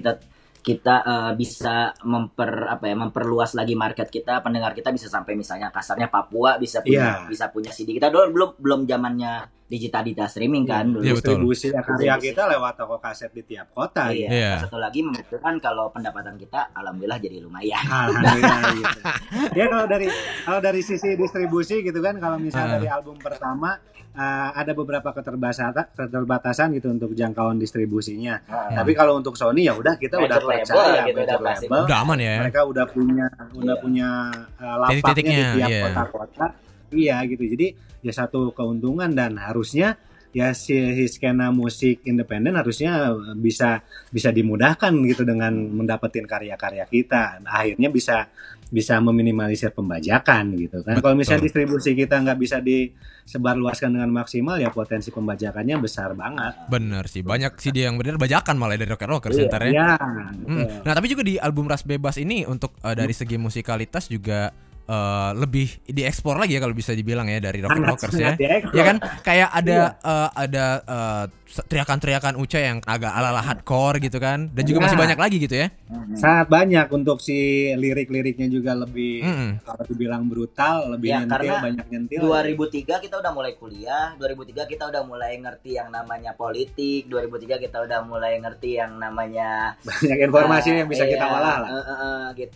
bisa memperluas lagi market kita, pendengar kita bisa sampai misalnya kasarnya Papua bisa punya CD kita. Dulu belum zamannya digital streaming kan dulu. Distribusi karya kita lewat toko kaset di tiap kota. Satu lagi membuktikan kalau pendapatan kita alhamdulillah jadi lumayan. Alhamdulillah gitu. Ya kalau dari sisi distribusi gitu kan, kalau misalnya dari album pertama ada beberapa keterbatasan gitu untuk jangkauan distribusinya. Tapi kalau untuk Sony ya udah kita udah percaya gitu, label. Udah aman ya. Mereka udah punya lapaknya di tiap kota-kota. Iya gitu. Jadi ya satu keuntungan, dan harusnya ya si skena musik independen harusnya bisa dimudahkan gitu dengan mendapatkan karya-karya kita. Akhirnya bisa meminimalisir pembajakan gitu kan. Kalau misalnya distribusi kita nggak bisa disebarluaskan dengan maksimal, ya potensi pembajakannya besar banget. Bener sih, banyak CD yang bener bajakan malah dari Rocket Rockers ntar ya. Iya. Nah tapi juga di album Ras Bebas ini untuk dari segi musikalitas juga lebih dieksplor lagi ya kalau bisa dibilang ya dari Rocket Rockers ya. Ya kan kayak ada teriakan-teriakan Uca yang agak ala-ala hardcore gitu kan, dan juga masih banyak lagi gitu ya. Sangat banyak, untuk si lirik-liriknya juga lebih kalau dibilang brutal, lebih nyentil, banyak nyentil. 2003 kita udah mulai kuliah, 2003 kita udah mulai ngerti yang namanya politik, 2003 kita udah mulai ngerti yang namanya banyak informasi yang bisa kita olah lah. Gitu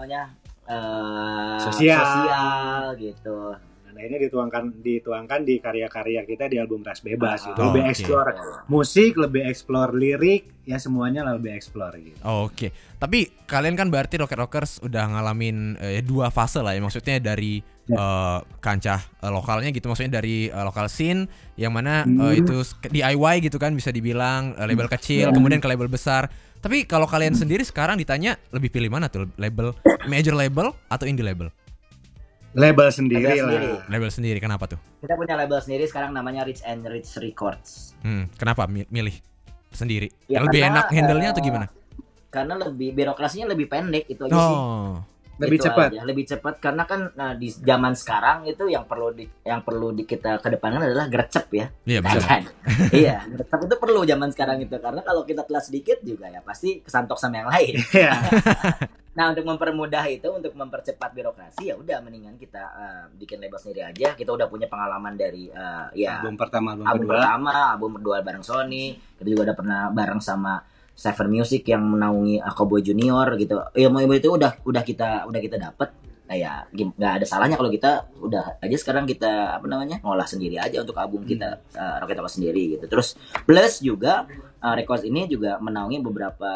sosial gitu. Dan akhirnya dituangkan di karya-karya kita di album Ras Bebas gitu. Lebih explore musik, lebih explore lirik, ya semuanya lebih explore gitu. Oke. Tapi kalian kan berarti Rocket Rockers udah ngalamin 2 fase lah ya, maksudnya dari kancah lokalnya gitu, maksudnya dari lokal scene yang mana itu DIY gitu kan bisa dibilang, label kecil kemudian ke label besar. Tapi kalau kalian sendiri sekarang ditanya lebih pilih mana tuh, label major label atau indie label? Label sendiri lah. Label sendiri, kenapa tuh? Kita punya label sendiri sekarang namanya Rich and Rich Records. Kenapa milih sendiri? Ya, lebih enak handle-nya atau gimana? Karena birokrasinya lebih pendek, itu aja sih. Lebih cepat. Lebih cepat karena kan di zaman sekarang itu yang perlu kita kedepankan adalah gercep ya. Iya benar. Iya, gercep itu perlu zaman sekarang itu, karena kalau kita telat sedikit juga ya pasti kesantok sama yang lain. Nah, untuk mempermudah itu, untuk mempercepat birokrasi, ya udah mendingan kita bikin label sendiri aja. Kita udah punya pengalaman dari album pertama, album kedua bareng Sony. Kita juga udah pernah bareng sama Seven Music yang menaungi Cowboy Junior gitu. Ilmu itu udah kita dapat. Nah ya nggak ada salahnya kalau kita udah aja sekarang kita ngolah sendiri aja untuk album kita Rocket Rockers sendiri gitu. Terus plus juga records ini juga menaungi beberapa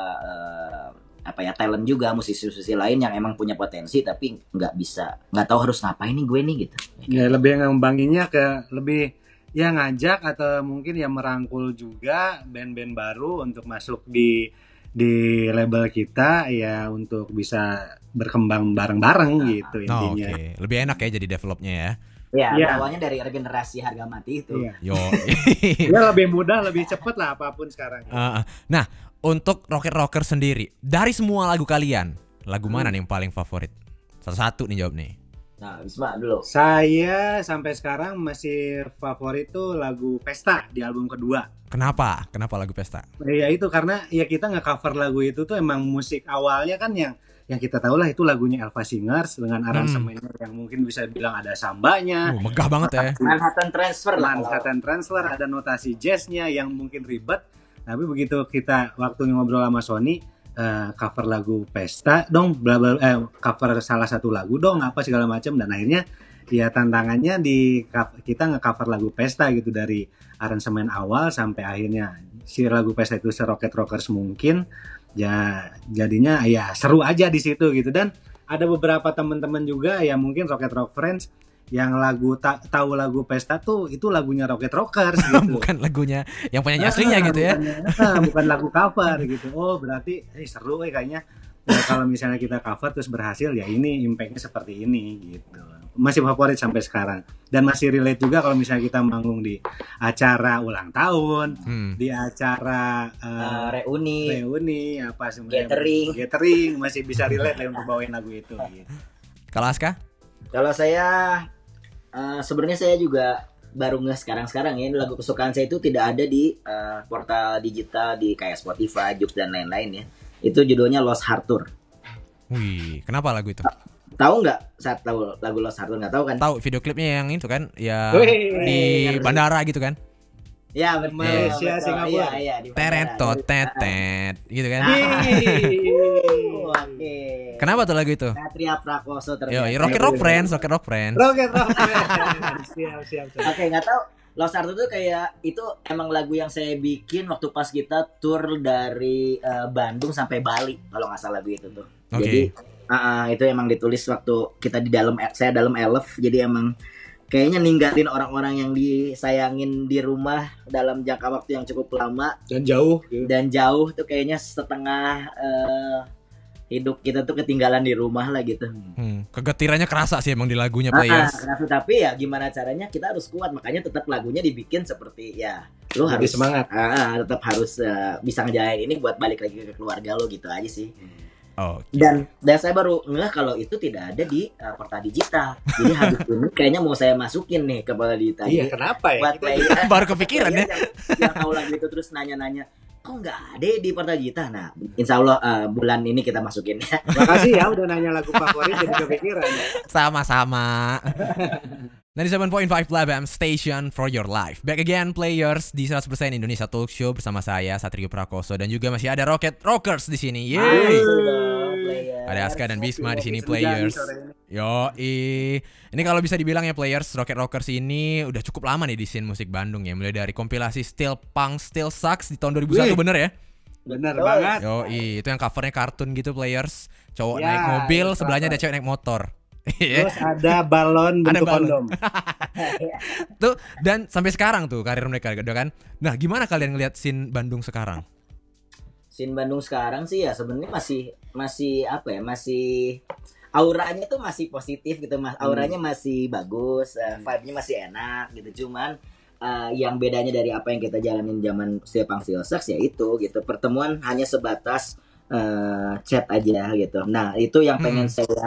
talent juga, musisi-musisi lain yang emang punya potensi tapi nggak tahu harus ngapain nih gue nih gitu. Ya lebih ngembanginnya ke lebih ya ngajak atau mungkin ya merangkul juga band-band baru untuk masuk di label kita, ya untuk bisa berkembang bareng-bareng gitu intinya. Oke. Lebih enak ya jadi developnya ya. Ya, awalnya dari regenerasi harga mati itu. Yo. Ya lebih mudah, lebih cepet lah apapun sekarang. Nah, untuk Rocket Rocker sendiri, dari semua lagu kalian, lagu mana nih yang paling favorit? Satu-satu nih jawab nih. Nah, Wisma dulu. Saya sampai sekarang masih favorit tuh lagu Pesta di album kedua. Kenapa? Kenapa lagu Pesta? Ya itu karena ya kita nge-cover lagu itu tuh emang musik awalnya kan yang kita tahu lah itu lagunya Elva Singers dengan aransemennya yang mungkin bisa bilang ada sambanya, Megah banget ya. Manhattan Transfer lah. Manhattan Transfer, ada notasi jazznya yang mungkin ribet. Tapi begitu kita waktu ngobrol sama Sony, cover lagu Pesta dong, cover salah satu lagu dong, apa segala macam, dan akhirnya ya tantangannya kita nge-cover lagu Pesta gitu dari aransemen awal sampai akhirnya si lagu Pesta itu seroket rockers mungkin. Ya jadinya ya seru aja di situ gitu, dan ada beberapa teman-teman juga ya mungkin Rocket Rock Friends yang tahu lagu Pesta tuh itu lagunya Rocket Rockers gitu. Bukan lagunya yang penyanyi aslinya gitu ya. Bukan lagu cover gitu. Oh berarti seru kayaknya. Ya, kalau misalnya kita cover terus berhasil ya ini impactnya seperti ini gitu. Masih favorit sampai sekarang dan masih relate juga kalau misalnya kita manggung di acara ulang tahun, di acara reuni apa semuanya gathering masih bisa relate lah untuk bawain lagu itu gitu. Kalau Aska? Kalau saya sebenarnya saya juga baru sekarang ya, ini lagu kesukaan saya itu tidak ada di portal digital di kayak Spotify, Joox dan lain-lain ya. Itu judulnya Lost Heart Tour. Wih, kenapa lagu itu? Tahu nggak? Saat tahu lagu Lost Heart Tour nggak tahu kan? Tahu video klipnya yang itu kan, ya di bandara gitu kan? Ya betul. Malaysia, Singapura. Iya, di bandara. Teretot tetet gitu kan? Oke. Kenapa tuh lagu itu? Satria Prakoso Yo, ternyata. Rocket Rock Friends. Siap. Oke, nggak tahu. Lost Heart itu kayak itu emang lagu yang saya bikin waktu pas kita tour dari Bandung sampai Bali kalau nggak salah lagu itu tuh. Jadi itu emang ditulis waktu kita saya dalam Elf, jadi emang kayaknya ninggalin orang-orang yang disayangin di rumah dalam jangka waktu yang cukup lama dan jauh tuh kayaknya setengah hidup kita tuh ketinggalan di rumah lah gitu. Kegetirannya kerasa sih emang di lagunya Players. Kerasa, tapi ya gimana caranya kita harus kuat, makanya tetap lagunya dibikin seperti ya lu harus semangat. Tetap harus bisa ngejalanin ini buat balik lagi ke keluarga lo gitu aja sih. Okay. Dan saya baru ngeh kalau itu tidak ada di portal digital. Jadi habis ini kayaknya mau saya masukin nih ke portal digital. Iya, kenapa ya? Buat player, baru kepikiran ya. Yang tahu lagu itu terus nanya-nanya, kok nggak ada di portal digital? Nah, insya Allah bulan ini kita masukin ya. Makasih ya udah nanya lagu favorit jadi kepikiran ya. Sama-sama. 97.5 Lab FM Station for your life. Back again Players di 100% Indonesia Talk Show bersama saya Satrio Prakoso dan juga masih ada Rocket Rockers di sini. Yeay. Ada Aska dan Bisma di sini Players. Ini kalau bisa dibilang ya Players, Rocket Rockers ini udah cukup lama nih di scene musik Bandung ya. Mulai dari kompilasi Still Punk Still Sucks di tahun 2001 bener ya? Bener banget. Itu yang covernya kartun gitu Players. Cowok naik mobil, sebelahnya ada cewek naik motor. Terus ada balon bentuk kondom. Tuh, dan sampai sekarang tuh karir mereka udah kan. Nah, gimana kalian ngelihat scene Bandung sekarang? Scene Bandung sekarang sih ya sebenarnya masih apa ya? Masih auranya tuh masih positif gitu, Mas. Auranya masih bagus, vibe-nya masih enak gitu. Cuman yang bedanya dari apa yang kita jalanin zaman Still Punk Still Sucks ya itu gitu. Pertemuan hanya sebatas chat aja gitu. Nah, itu yang pengen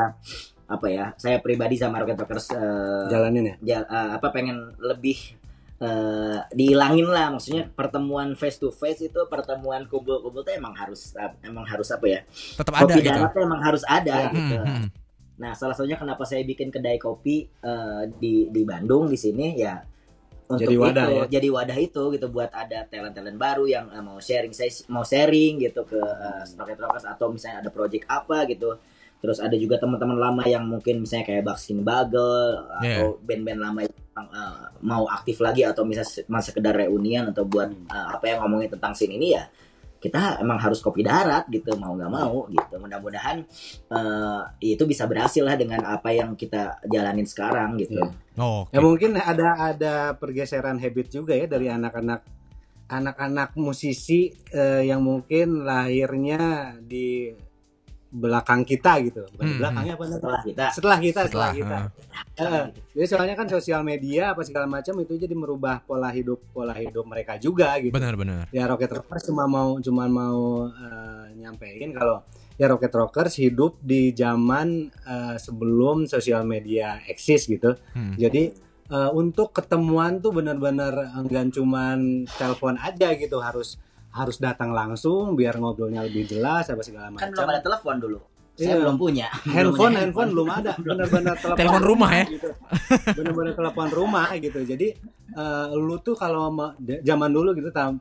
saya pribadi sama Rocket Rockers jalanin ya. Pengen lebih dihilangin lah, maksudnya pertemuan face to face itu, pertemuan kumpul-kumpul tuh emang harus apa ya? Tetap ada kopi gitu. darat tuh emang harus ada gitu. Nah, salah satunya kenapa saya bikin kedai kopi di Bandung di sini ya untuk jadi wadah itu gitu buat ada talent-talent baru yang mau sharing gitu ke Rocket Rockers atau misalnya ada project apa gitu. Terus ada juga teman-teman lama yang mungkin misalnya kayak Baksin Bagel atau band-band lama yang mau aktif lagi atau misalnya sekedar reunian atau buat yang ngomongin tentang scene ini ya kita emang harus kopi darat gitu mau nggak mau gitu. Mudah-mudahan itu bisa berhasil lah dengan apa yang kita jalanin sekarang gitu. Ya mungkin ada pergeseran habit juga ya dari anak-anak musisi yang mungkin lahirnya di belakang kita gitu, bukan di belakangnya apa namanya? Setelah kita. Jadi soalnya kan sosial media apa segala macam itu jadi merubah pola hidup mereka juga gitu. Benar. Ya Rocket Rockers cuma mau nyampein kalau ya Rocket Rockers hidup di zaman sebelum sosial media eksis gitu. Jadi untuk ketemuan tuh benar-benar enggak cuman telepon aja gitu, harus datang langsung biar ngobrolnya lebih jelas apa segala macam. Kan belum ada telepon dulu. Saya belum punya. Handphone belum ada. Benar-benar telepon rumah ya. Gitu. Benar-benar telepon rumah gitu. Jadi lu tuh kalau zaman dulu gitu tahun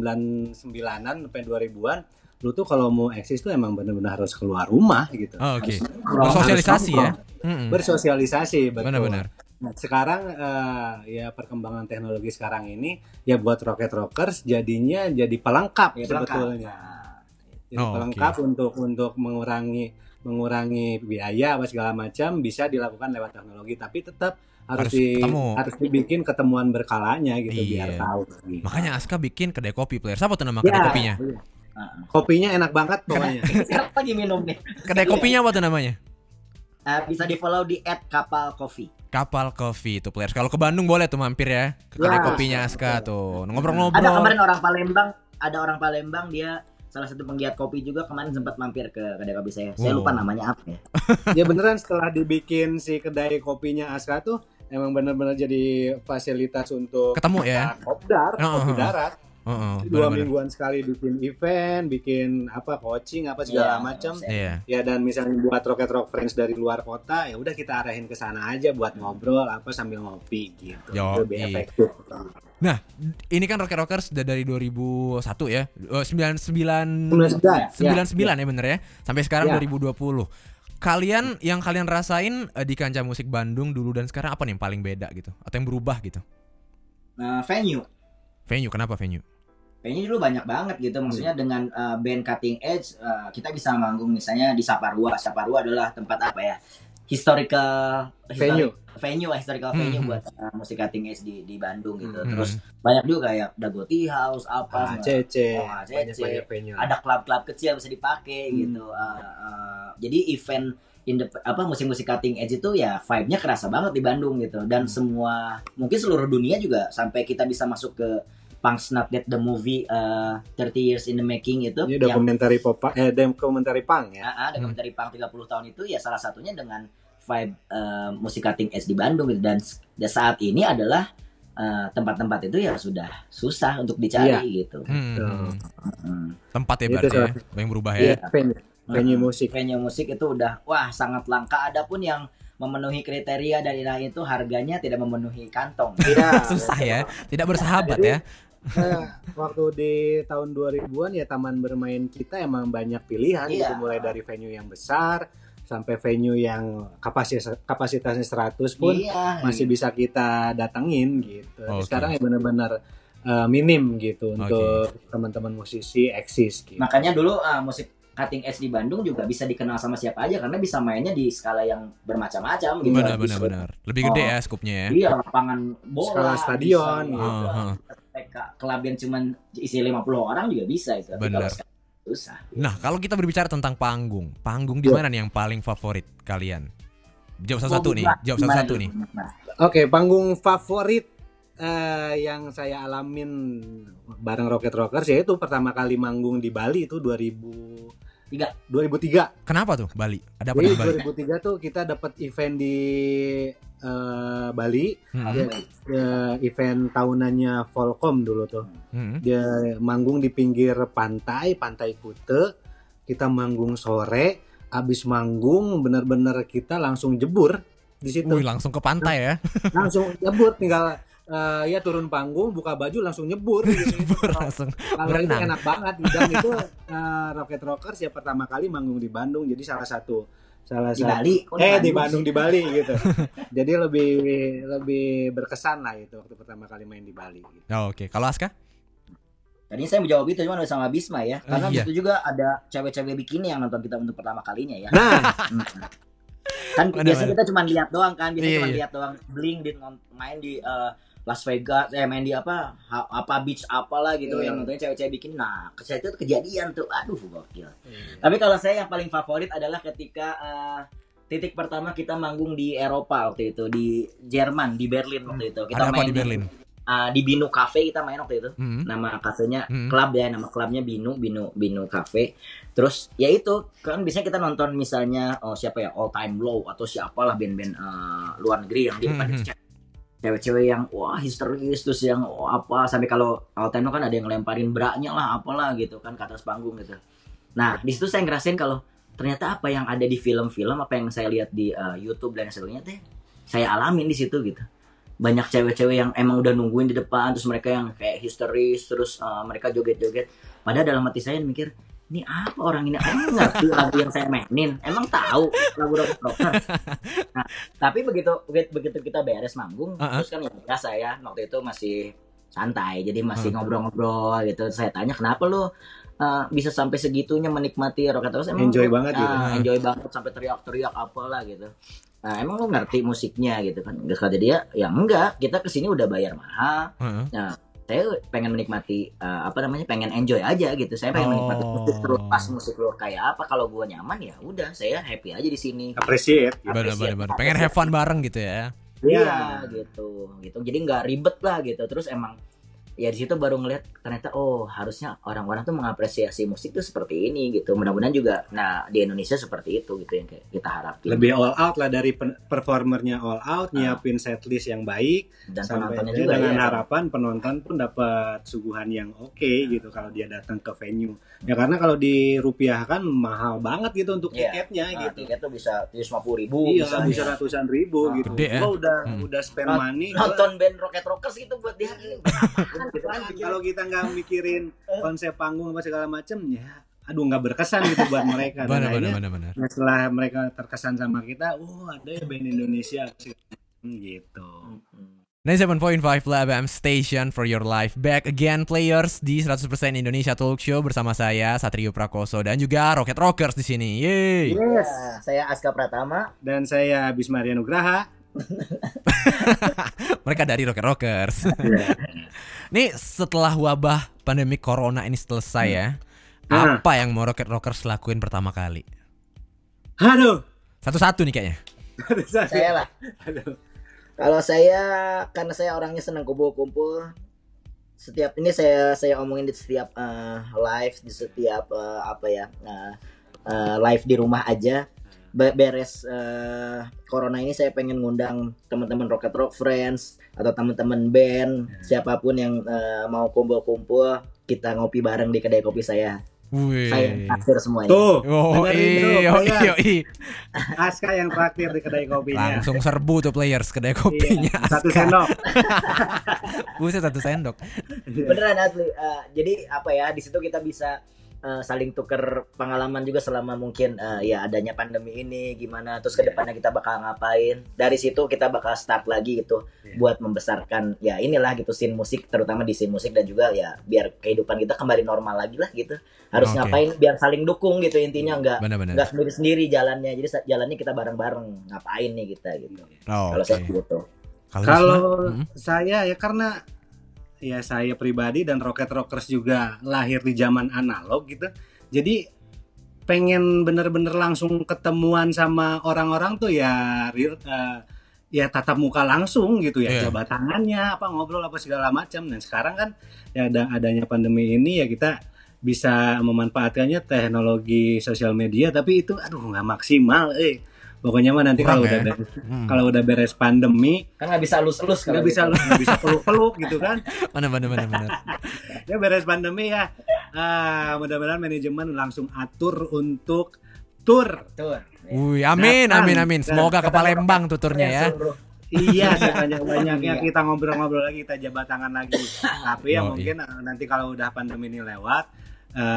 99-an sampai 2000-an, lu tuh kalau mau eksis tuh emang benar-benar harus keluar rumah gitu. Oh, oke. Bersosialisasi ya. Bersosialisasi, betul. Benar-benar. Nah, sekarang ya perkembangan teknologi sekarang ini ya buat Rocket Rockers jadinya jadi pelengkap sebetulnya. Jadi pelengkap untuk mengurangi biaya apa segala macam bisa dilakukan lewat teknologi, tapi tetap harus dibikin ketemuan berkalanya gitu biar tahu. Gitu. Makanya Aska bikin kedai kopi, player. Siapa tuh nama kedai kopinya? Kopinya enak banget pokoknya. Sekarang lagi minum nih. Kedai kopinya apa tuh namanya? Bisa di follow di @kapalcoffee. Kapal Coffee itu, players. Kalau ke Bandung boleh tuh mampir ya ke kedai kopinya Aska tuh ngobrol-ngobrol. Ada kemarin orang Palembang, dia salah satu penggiat kopi juga, kemarin sempat mampir ke kedai kopi saya. Saya lupa namanya apa ya. Ya beneran setelah dibikin si kedai kopinya Aska tuh emang bener-bener jadi fasilitas untuk ketemu ya. Kopi darat. 2 mingguan sekali bikin event, bikin coaching apa segala macam. Ya dan misalnya buat Rocket Rock Friends dari luar kota, ya udah kita arahin ke sana aja buat ngobrol sambil ngopi gitu. Lebih efektif. Nah, ini kan Rocket Rockers dari 2001 ya. 99 ya bener ya. Sampai sekarang 2020. Yang kalian rasain di kancah musik Bandung dulu dan sekarang apa nih yang paling beda gitu? Atau yang berubah gitu? Venue, kenapa venue? Venue dulu banyak banget gitu, maksudnya dengan band cutting edge kita bisa manggung misalnya di Saparua. Saparua adalah tempat historical venue buat musik cutting edge di Bandung gitu. Terus banyak juga kayak Dago Tea House CC. Ada klub-klub kecil bisa dipakai gitu. Jadi event musik-musik cutting edge itu ya vibe-nya kerasa banget di Bandung gitu. Dan mungkin seluruh dunia juga, sampai kita bisa masuk ke Punk's Not Dead the movie 30 years in the making itu. Ini dokumentari dokumentari punk ya. Dokumentari punk 30 tahun itu ya salah satunya dengan vibe musik cutting edge di Bandung gitu. Dan saat ini adalah tempat-tempat itu ya sudah susah untuk dicari gitu. Tempat ya berarti ya, yang berubah ya. Venue musik itu udah sangat langka. Adapun yang memenuhi kriteria dari lain itu harganya tidak memenuhi kantong. Susah ya, tidak bersahabat ya. Waktu di tahun 2000-an ya taman bermain kita emang banyak pilihan gitu, mulai dari venue yang besar sampai venue yang kapasitasnya 100 pun masih bisa kita datengin gitu. Sekarang ya benar-benar minim gitu untuk teman-teman musisi eksis gitu. Makanya dulu musik cutting edge di Bandung juga bisa dikenal sama siapa aja karena bisa mainnya di skala yang bermacam-macam gitu. Benar. Lebih gede ya skupnya ya. Iya, lapangan bola, skala stadion gitu. Klub yang cuma isi 50 orang juga bisa itu. Benar. Susah. Nah, kalau kita berbicara tentang panggung di mana nih yang paling favorit kalian? Jawab satu-satu nih. Oke, panggung favorit yang saya alamin bareng Rocket Rockers yaitu pertama kali manggung di Bali itu 2003. Kenapa tuh Bali? Ada apa di Bali? 2003 tuh kita dapat event di Bali, event tahunannya Volcom dulu tuh. Dia manggung di pinggir pantai Kute. Kita manggung sore, abis manggung benar-benar kita langsung jebur di situ. Langsung ke pantai ya? Langsung jebur, tinggal turun panggung, buka baju langsung nyebur. Langsung berenang. Enak banget. Dan itu Rocket Rockers ya pertama kali manggung di Bandung, jadi salah satu Bali. Di Bandung di Bali gitu. Jadi lebih berkesan lah itu waktu pertama kali main di Bali gitu. Oke. Kalau Aska? Tadinya saya menjawab itu cuma sama Bisma ya. Karena itu juga ada cewek-cewek bikini yang nonton kita untuk pertama kalinya ya. Kan biasanya kita cuma lihat doang kan, lihat doang bling main di Las Vegas, main di apa beach apalah gitu yang nontonnya cewek-cewek bikin. Nah, itu kejadian tuh, aduh gokil. Tapi kalau saya yang paling favorit adalah ketika titik pertama kita manggung di Eropa waktu itu, di Jerman, di Berlin waktu itu. Kita Ada apa main di Berlin? Di Binu Cafe kita main waktu itu. Nama kafenya klub ya, nama klubnya Binu Cafe. Terus ya itu kan biasanya kita nonton misalnya siapa ya, All Time Low atau siapalah band-band luar negeri yang di depan cewek-cewek yang wah histeris, terus yang apa sampai kalau All Time Low kan ada yang ngelemparin braknya lah apalah gitu kan ke atas panggung gitu. Nah di situ saya ngerasain kalau ternyata apa yang ada di film-film, apa yang saya lihat di YouTube dan sebagainya teh saya alamin di situ gitu. Banyak cewek-cewek yang emang udah nungguin di depan, terus mereka yang kayak histeris, terus mereka joget-joget. Padahal dalam hati saya mikir, ini apa orang ini? Emang ngerti lagu yang saya mainin? Emang tahu lagu rocker? Nah, tapi begitu kita beres manggung, terus kan ya biasa ya, waktu itu masih santai, jadi masih ngobrol-ngobrol gitu. Saya tanya, kenapa lu bisa sampai segitunya menikmati rock terus? Emang enjoy banget gitu. Enjoy banget sampai teriak-teriak apalah gitu. Nah, emang lu ngerti musiknya gitu kan? Gak kata dia, ya enggak, kita kesini udah bayar mahal. Nah, saya pengen menikmati pengen enjoy aja gitu. Saya pengen menikmati musik terlepas musik lu kayak apa. Kalau gua nyaman ya udah, saya happy aja di sini. Appreciate. Benar. Pengen have fun bareng gitu ya. Iya, gitu. Jadi nggak ribet lah gitu. Terus emang ya di situ baru ngeliat ternyata harusnya orang-orang tuh mengapresiasi musik tuh seperti ini gitu. Mudah-mudahan juga di Indonesia seperti itu gitu yang kayak kita harapin. Lebih all out lah, dari performernya all out, nyiapin setlist yang baik dan sampai penontonnya juga dengan ya, harapan penonton pun dapat suguhan yang oke gitu kalau dia datang ke venue. Ya karena kalau dirupiahkan mahal banget gitu untuk tiketnya gitu. Tiket tuh bisa 150.000, bisa ratusan ribu gitu. Gede, Gua udah spend money. Nonton band Rockers gitu buat dia. Gitu kan. Kalau kita nggak mikirin konsep panggung apa segala macem ya aduh nggak berkesan gitu buat mereka. Benar. Setelah mereka terkesan sama kita, ada ya band Indonesia gitu. 97.5 Lab FM Station for your life. Back again players di 100% Indonesia Talk Show bersama saya Satrio Prakoso dan juga Rocket Rockers di sini. Yeay. Yes. Saya Aska Pratama dan saya Bismaria Nugraha. Mereka dari Rocket Rockers. Nih setelah wabah pandemi corona ini selesai ya, apa yang mau Rocket Rockers lakuin pertama kali? Aduh. Satu-satu nih kayaknya. Saya lah. Kalau saya, karena saya orangnya senang kumpul-kumpul, setiap ini saya omongin di setiap live, di setiap live di rumah aja. Beres corona ini saya pengen ngundang teman-teman Rocket Rock Friends atau teman-teman band, siapapun yang mau kumpul-kumpul, kita ngopi bareng di kedai kopi saya. Saya traktir semuanya. Tuh, Aska yang traktir di kedai kopinya. Langsung serbu tuh players kedai kopinya. Satu sendok. Buset, 1 sendok. Beneran asli. Jadi di situ kita bisa saling tuker pengalaman juga selama mungkin adanya pandemi ini gimana, terus kedepannya kita bakal ngapain. Dari situ kita bakal start lagi gitu buat membesarkan inilah gitu scene musik, terutama di scene musik, dan juga ya biar kehidupan kita kembali normal lagi lah gitu. Harus ngapain biar saling dukung gitu intinya, nggak sendiri-sendiri jalannya. Jadi jalannya kita bareng-bareng, ngapain nih kita gitu. Kalau saya gitu. Kalau saya ya karena ya saya pribadi dan Rocket Rockers juga lahir di zaman analog gitu. Jadi pengen bener-bener langsung ketemuan sama orang-orang tuh ya tatap muka langsung gitu ya, jabat tangannya, ngobrol apa segala macam. Dan sekarang kan ya adanya pandemi ini ya kita bisa memanfaatkannya teknologi sosial media, tapi itu nggak maksimal. Pokoknya mah nanti kalau udah beres pandemi kan nggak bisa elus-elus, nggak bisa peluk-peluk gitu kan. Benar. Ya beres pandemi ya, mudah-mudahan manajemen langsung atur untuk tur. Amin. Semoga ke Palembang tuturnya ya. Iya, sebanyak-banyaknya kita ngobrol-ngobrol lagi, kita jabat tangan lagi. Tapi ya mungkin nanti kalau udah pandemi ini lewat,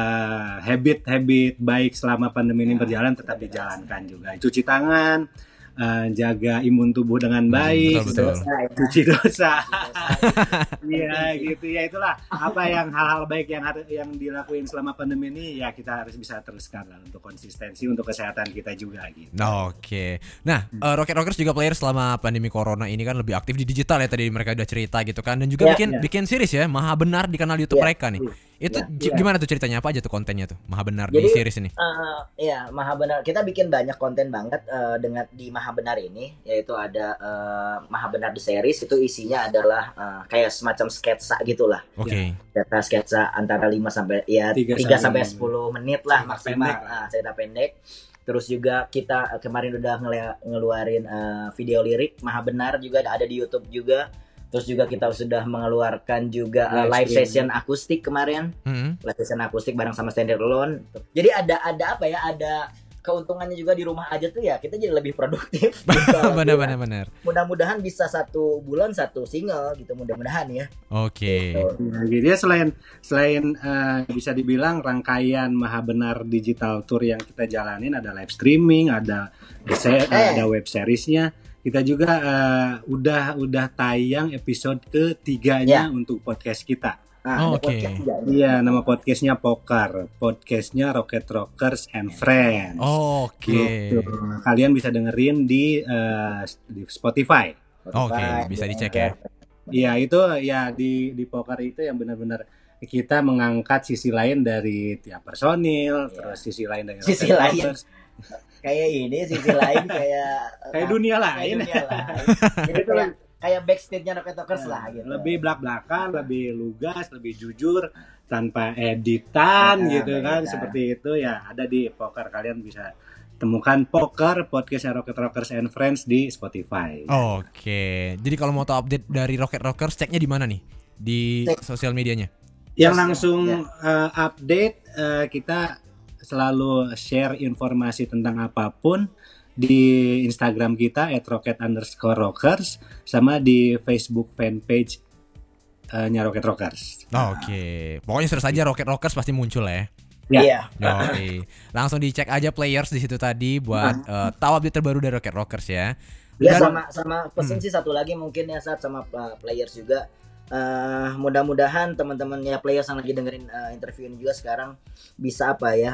habit baik selama pandemi ini berjalan tetap dijalankan juga. Cuci tangan, jaga imun tubuh dengan baik, betul. cuci dosa. Iya gitu ya, itulah apa yang hal-hal baik yang dilakuin selama pandemi ini, ya kita harus bisa teruskan lah untuk konsistensi untuk kesehatan kita juga gitu. Oke. Nah, Rocket Rockers juga player selama pandemi corona ini kan lebih aktif di digital ya, tadi mereka udah cerita gitu kan, dan juga bikin series ya, Maha Benar di kanal YouTube mereka nih. Itu gimana tuh ceritanya, apa aja tuh kontennya tuh Maha Benar di series ini? Iya, Maha Benar. Kita bikin banyak konten banget dengan di Maha Benar ini, yaitu ada Maha Benar di series, itu isinya adalah kayak semacam sketsa gitulah. Oke. Sketsa antara 5 sampai 3 sampai 10 menit lah maksimal. Cerita pendek. Terus juga kita kemarin udah ngeluarin video lirik Maha Benar juga ada di YouTube juga. Terus juga kita sudah mengeluarkan juga live session akustik kemarin. Live session akustik bareng sama Stand Alone. Jadi ada apa ya? Ada keuntungannya juga di rumah aja tuh ya. Kita jadi lebih produktif. Benar. Mudah-mudahan bisa 1 bulan 1 single gitu, mudah-mudahan ya. Oke. Jadi selain bisa dibilang rangkaian Maha Benar Digital Tour yang kita jalanin, ada live streaming, ada web seriesnya. Kita juga udah tayang episode ke-3-nya untuk podcast kita. Oke. Iya, nama podcastnya Pokar, podcastnya Rocket Rockers and Friends. Oke. Gitu. Kalian bisa dengerin di Spotify. Oke, bisa dicek ya. Iya, itu ya di Pokar itu yang benar-benar kita mengangkat sisi lain dari tiap personil, terus sisi lain dari sisi Rocket lain. Rockers. Kayak ini sisi lain kayak dunia lain. Jadi kayak backstage-nya Rocket Rockers lah gitu. Lebih belak-belakan, lebih lugas, lebih jujur, tanpa editan gitu kan. Seperti itu ya, ada di Pokar. Kalian bisa temukan Pokar podcast Rocket Rockers and Friends di Spotify. Oke. Jadi kalau mau tahu update dari Rocket Rockers, ceknya di mana nih? Di sosial medianya? Yang langsung update, kita selalu share informasi tentang apapun di Instagram kita @rocket_rockers sama di Facebook fanpage nya Rocket Rockers. Oke. Pokoknya search aja Rocket Rockers pasti muncul ya. Iya. Oke. Langsung dicek aja players di situ tadi buat tahu update terbaru dari Rocket Rockers ya. Ya, sama pesen sih satu lagi mungkin ya, saat sama players juga. Mudah-mudahan teman-teman ya players yang lagi dengerin interview ini juga sekarang bisa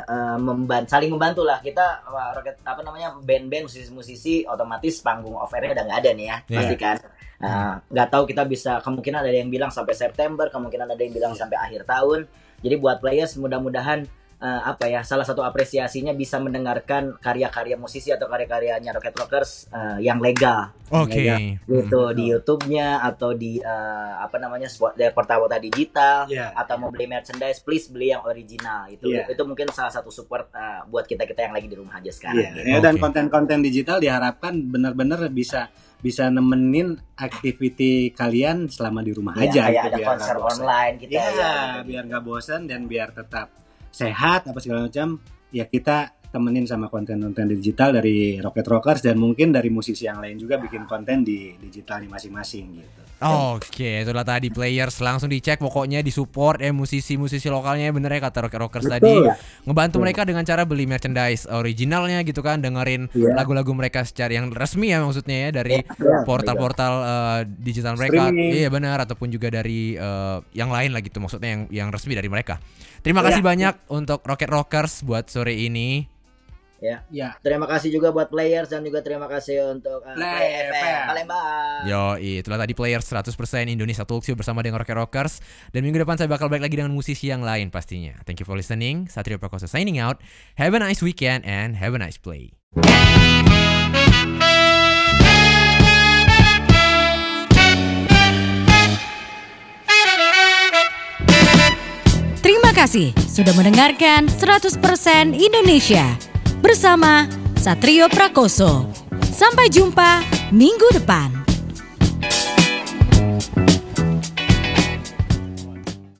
saling membantu lah. Kita Rocket band-band musisi-musisi otomatis panggung off air-nya udah nggak ada nih ya, pasti kan. Nggak tahu, kita bisa kemungkinan ada yang bilang sampai September, kemungkinan ada yang bilang sampai akhir tahun. Jadi buat players mudah-mudahan salah satu apresiasinya bisa mendengarkan karya-karya musisi atau karya-karyanya Rocket Rockers yang legal. Oke. Gitu di YouTube-nya atau di portal-portal digital, atau mau beli merchandise, please beli yang original. Itu mungkin salah satu support buat kita yang lagi di rumah aja sekarang. Gitu. Dan konten-konten digital diharapkan benar-benar bisa nemenin activity kalian selama di rumah aja. Kayak ada konser online gitu biar nggak bosan dan biar tetap sehat apa segala macam, ya kita temenin sama konten-konten digital dari Rocket Rockers, dan mungkin dari musisi yang lain juga bikin konten di digital masing-masing gitu. Oke, itulah tadi players, langsung dicek pokoknya, disupport musisi-musisi lokalnya, bener ya kata Rocket Rockers tadi. Ngebantu mereka dengan cara beli merchandise originalnya gitu kan, dengerin lagu-lagu mereka secara yang resmi ya, maksudnya ya, dari portal-portal digital mereka. Iya benar, ataupun juga dari yang lain lah gitu, maksudnya yang resmi dari mereka. Terima kasih banyak untuk Rocket Rockers buat sore ini. Ya. Terima kasih juga buat players, dan juga terima kasih untuk Play FM Palembang. Itulah tadi players 100% Indonesia Talk Show bersama dengan Rocket Rockers. Dan minggu depan saya bakal balik lagi dengan musisi yang lain pastinya. Thank you for listening. Satrio Prakoso signing out. Have a nice weekend and have a nice play. Terima kasih sudah mendengarkan 100% Indonesia bersama Satrio Prakoso. Sampai jumpa minggu depan.